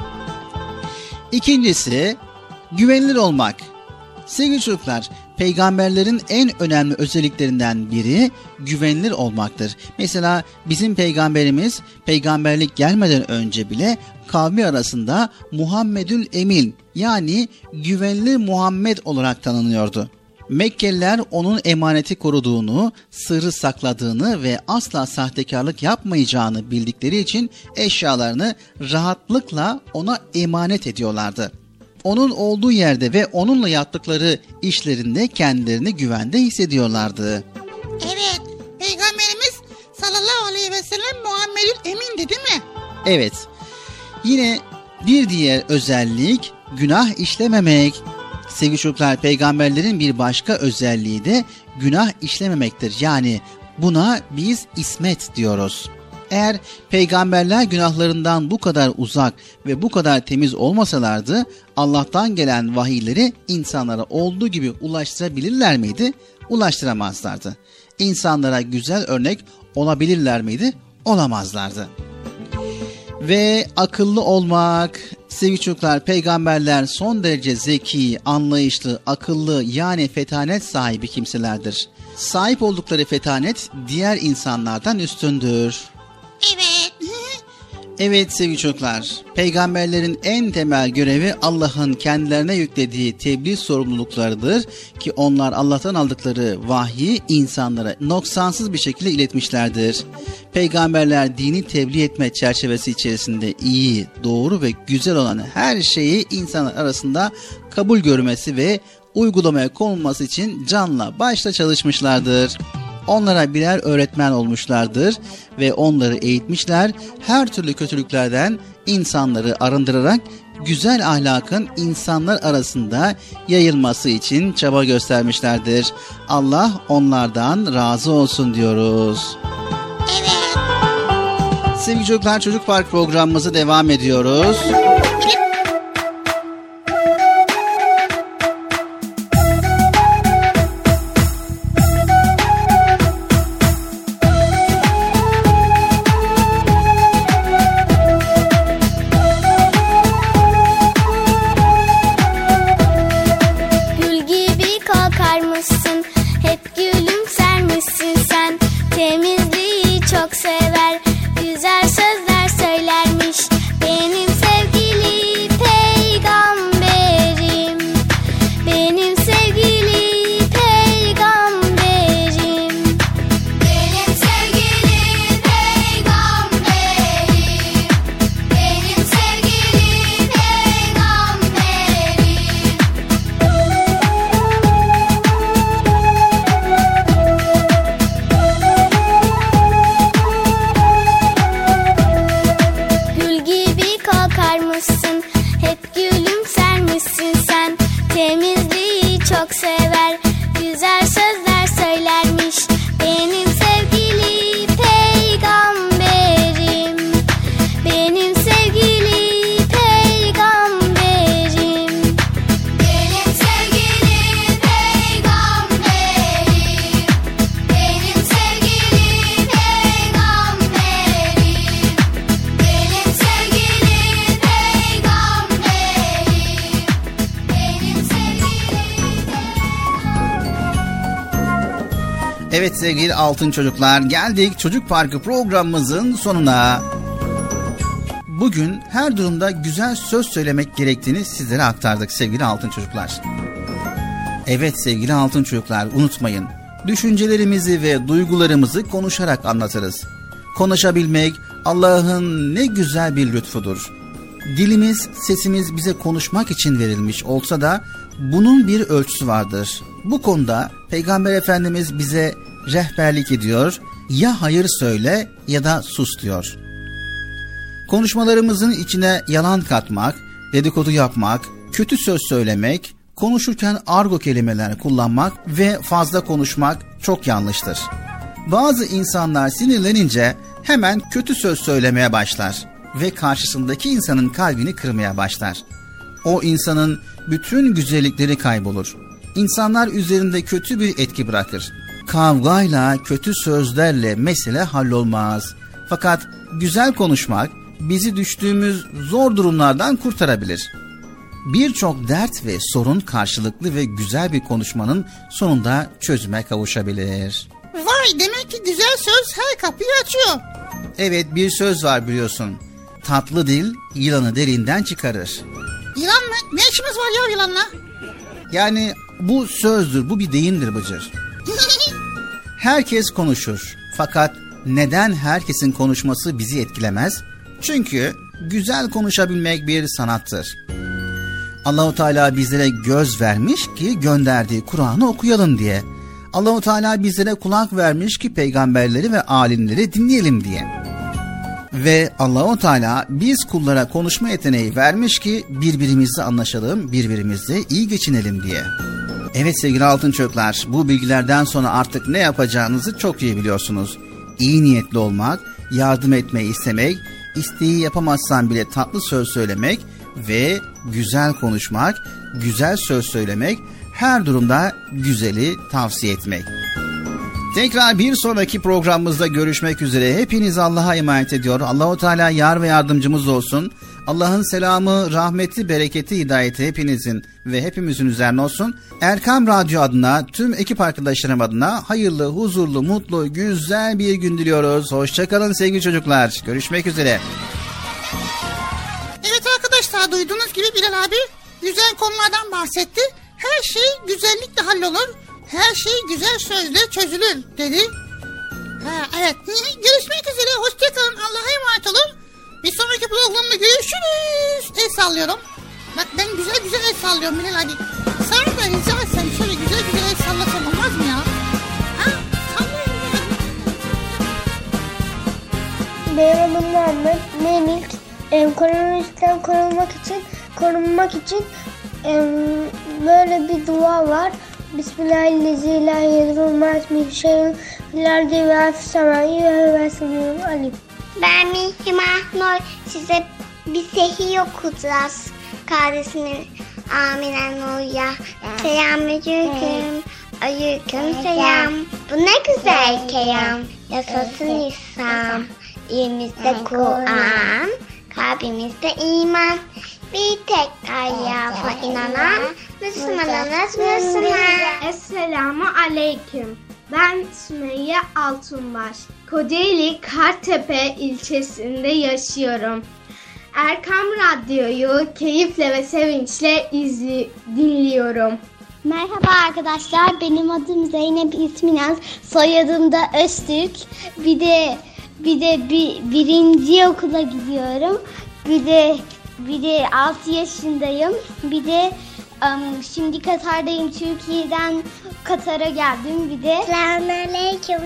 İkincisi, güvenilir olmak. Sevgili çocuklar, peygamberlerin en önemli özelliklerinden biri güvenilir olmaktır. Mesela bizim peygamberimiz peygamberlik gelmeden önce bile kavmi arasında Muhammedül Emin yani güvenilir Muhammed olarak tanınıyordu. Mekkeliler onun emaneti koruduğunu, sırrı sakladığını ve asla sahtekarlık yapmayacağını bildikleri için eşyalarını rahatlıkla ona emanet ediyorlardı. Onun olduğu yerde ve onunla yaptıkları işlerinde kendilerini güvende hissediyorlardı. Evet, Peygamberimiz sallallahu aleyhi ve sellem Muhammedül Emin'di değil mi? Evet. Yine bir diğer özellik günah işlememek. Sevgili çocuklar, peygamberlerin bir başka özelliği de günah işlememektir. Yani buna biz ismet diyoruz. Eğer peygamberler günahlarından bu kadar uzak ve bu kadar temiz olmasalardı Allah'tan gelen vahiyleri insanlara olduğu gibi ulaştırabilirler miydi? Ulaştıramazlardı. İnsanlara güzel örnek olabilirler miydi? Olamazlardı. Ve akıllı olmak. Sevgili çocuklar, peygamberler son derece zeki, anlayışlı, akıllı yani fetanet sahibi kimselerdir. Sahip oldukları fetanet diğer insanlardan üstündür. Evet. Evet sevgili çocuklar, peygamberlerin en temel görevi Allah'ın kendilerine yüklediği tebliğ sorumluluklarıdır ki onlar Allah'tan aldıkları vahyi insanlara noksansız bir şekilde iletmişlerdir. Peygamberler dini tebliğ etme çerçevesi içerisinde iyi, doğru ve güzel olan her şeyi insanlar arasında kabul görmesi ve uygulamaya konulması için canla başla çalışmışlardır. onlara birer öğretmen olmuşlardır ve onları eğitmişler. Her türlü kötülüklerden insanları arındırarak güzel ahlakın insanlar arasında yayılması için çaba göstermişlerdir. Allah onlardan razı olsun diyoruz. Evet. Sevgili çocuklar, Çocuk Park programımızı devam ediyoruz. Evet sevgili altın çocuklar, geldik Çocuk Parkı programımızın sonuna. Bugün her durumda güzel söz söylemek gerektiğini sizlere aktardık sevgili altın çocuklar. Evet sevgili altın çocuklar, unutmayın. Düşüncelerimizi ve duygularımızı konuşarak anlatırız. Konuşabilmek Allah'ın ne güzel bir lütfudur. Dilimiz, sesimiz bize konuşmak için verilmiş olsa da bunun bir ölçüsü vardır. Bu konuda Peygamber Efendimiz bize rehberlik ediyor. Ya hayır söyle ya da sus diyor. Konuşmalarımızın içine yalan katmak, dedikodu yapmak, kötü söz söylemek, konuşurken argo kelimeler kullanmak ve fazla konuşmak çok yanlıştır. Bazı insanlar sinirlenince hemen kötü söz söylemeye başlar ve karşısındaki insanın kalbini kırmaya başlar. O insanın bütün güzellikleri kaybolur. İnsanlar üzerinde kötü bir etki bırakır. Kavgayla, kötü sözlerle mesele hallolmaz. Fakat güzel konuşmak bizi düştüğümüz zor durumlardan kurtarabilir. Birçok dert ve sorun karşılıklı ve güzel bir konuşmanın sonunda çözüme kavuşabilir. Vay, demek ki güzel söz her kapıyı açıyor. Evet, bir söz var biliyorsun. Tatlı dil yılanı derinden çıkarır. Yılan mı? Ne işimiz var ya yılanla? Yani bu sözdür, bu bir deyimdir Bıcır. Herkes konuşur. Fakat neden herkesin konuşması bizi etkilemez? Çünkü güzel konuşabilmek bir sanattır. Allah-u Teala bizlere göz vermiş ki gönderdiği Kur'an'ı okuyalım diye. Allah-u Teala bizlere kulak vermiş ki peygamberleri ve alimleri dinleyelim diye. Ve Allah-u Teala biz kullara konuşma yeteneği vermiş ki birbirimizle anlaşalım, birbirimizle iyi geçinelim diye. Evet sevgili altın çocuklar, bu bilgilerden sonra artık ne yapacağınızı çok iyi biliyorsunuz. İyi niyetli olmak, yardım etmeyi istemek, isteği yapamazsan bile tatlı söz söylemek ve güzel konuşmak, güzel söz söylemek, her durumda güzeli tavsiye etmek. Tekrar bir sonraki programımızda görüşmek üzere. Hepiniz Allah'a emanet ediyor. Allah-u Teala yar ve yardımcımız olsun. Allah'ın selamı, rahmeti, bereketi, hidayeti hepinizin ve hepimizin üzerine olsun. Erkam Radyo adına, tüm ekip arkadaşlarım adına hayırlı, huzurlu, mutlu, güzel bir gün diliyoruz. Hoşçakalın sevgili çocuklar. Görüşmek üzere. Evet arkadaşlar, duyduğunuz gibi Bilal abi güzel konulardan bahsetti. Her şey güzellikle hallolur. Her şey güzel sözle çözülür dedi. Evet. Görüşmek üzere. Hoşçakalın. Allah'a emanet olun. Bir sonraki programda görüşürüz. El sallıyorum. Bak ben güzel güzel el sallıyorum Bilal abi. Sana da rica etsem şöyle güzel güzel el sallasam olmaz mı ya? Ha? Sallıyorum. Benim adım Muhammed. Benim ilk koronavirüsten korunmak için böyle bir dua var. Bismillahirrahmanirrahim. Ben Mihrimah Nur. Size bir sehiy okuyacağız. Kardeşimin Amine Nur'ya. Selamünaleyküm. Aleyküm selam. Bu ne güzel kelam. Yaşasın İslam. İlimizde Kur'an. Kalbimizde iman. Bir tek Allah'a inanan Müslümanız Müslüman. Esselamu Aleyküm. Ben Sümeyye Altunbaş. Kocaeli Kartepe ilçesinde yaşıyorum. Erkam Radyo'yu keyifle ve sevinçle dinliyorum. Merhaba arkadaşlar, benim adım Zeynep İsminaz, soyadım da Öztürk. Bir de birinci okula gidiyorum. Bir de 6 yaşındayım. Bir de şimdi Katar'dayım. Türkiye'den Katar'a geldim bir de. Selamünaleyküm,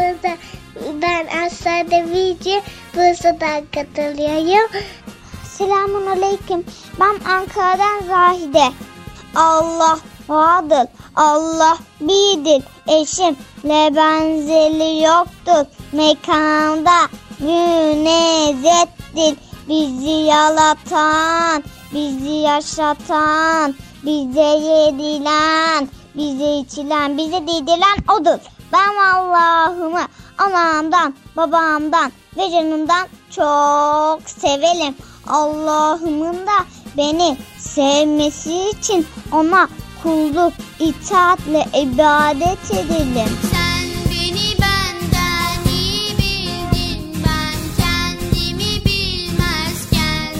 ben Asla Devici Bursa'dan katılıyorum. Selamünaleyküm, ben Ankara'dan Zahide. Allah vardır, Allah birdir, eşimle benzeri yoktur. Mekanda münezzehtir, bizi yaratan, bizi yaşatan, bize yedilen, bize içilen, bize didirilen odur. Ben Allah'ımı anamdan, babamdan ve canımdan çok severim. Allah'ımın da beni sevmesi için ona kulluk, itaatle ibadet edelim. Sen beni benden iyi bildin, ben kendimi bilmezken.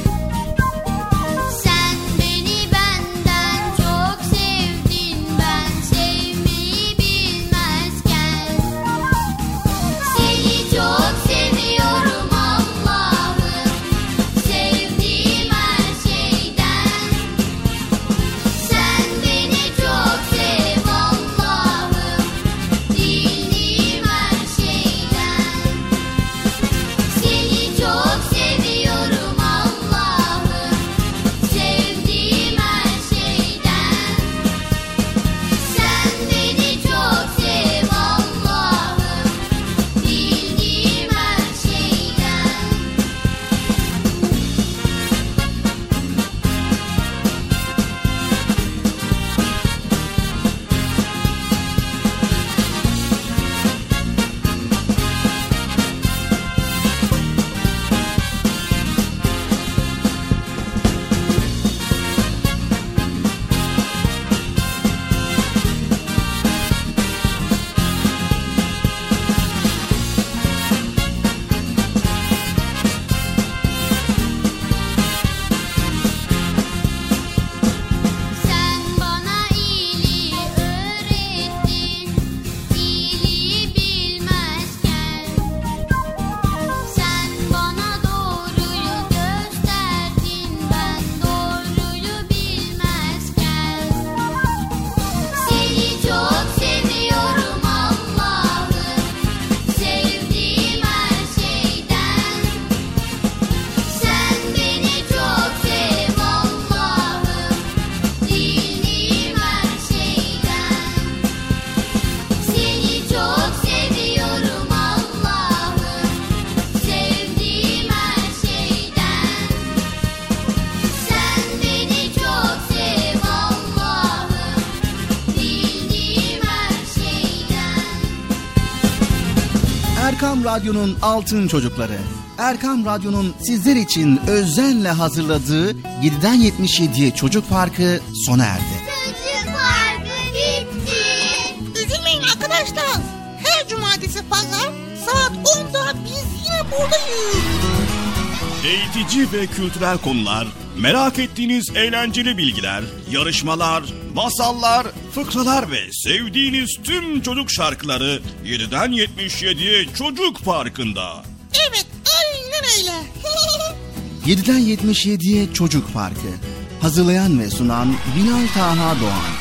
Sen beni benden çok sevdin, ben sevmeyi bilmezken. Seni çok seviyorum Allah'ım, sevdiğim her şeyden. Sen beni çok sev Allah'ım, bildiğim her şeyden. Seni çok seviyorum Allah'ım, sevdiğim her şeyden. Sen beni çok sev Allah'ım, bildiğim her şeyden. Sen bana iyiliği öğrettin, iyiliği bilmezken. Sen bana doğruyu gösterdin, ben doğruyu bilmezken. Seni çok seviyorum Allah'ım, sevdiğim her şeyden. Sen beni çok sev Allah'ım, bildiğim her şeyden. Seni çok seviyorum Allah'ım, sevdiğim her şeyden. Sen beni çok sev Allah'ım, bildiğim her şeyden. Erkam Radyo'nun Altın Çocukları. Erkam Radyo'nun sizler için özenle hazırladığı 7'den 77'ye Çocuk Parkı sona erdi. Çocuk Parkı bitti. Üzülmeyin arkadaşlar. Her cumartesi pazar saat 10'da biz yine buradayız. Eğitici ve kültürel konular, merak ettiğiniz eğlenceli bilgiler, yarışmalar, masallar, fıkralar ve sevdiğiniz tüm çocuk şarkıları 7'den 77'ye Çocuk Parkı'nda. Evet, aynen öyle. 7'den 77'ye Çocuk Parkı. Hazırlayan ve sunan Bilal Taha Doğan.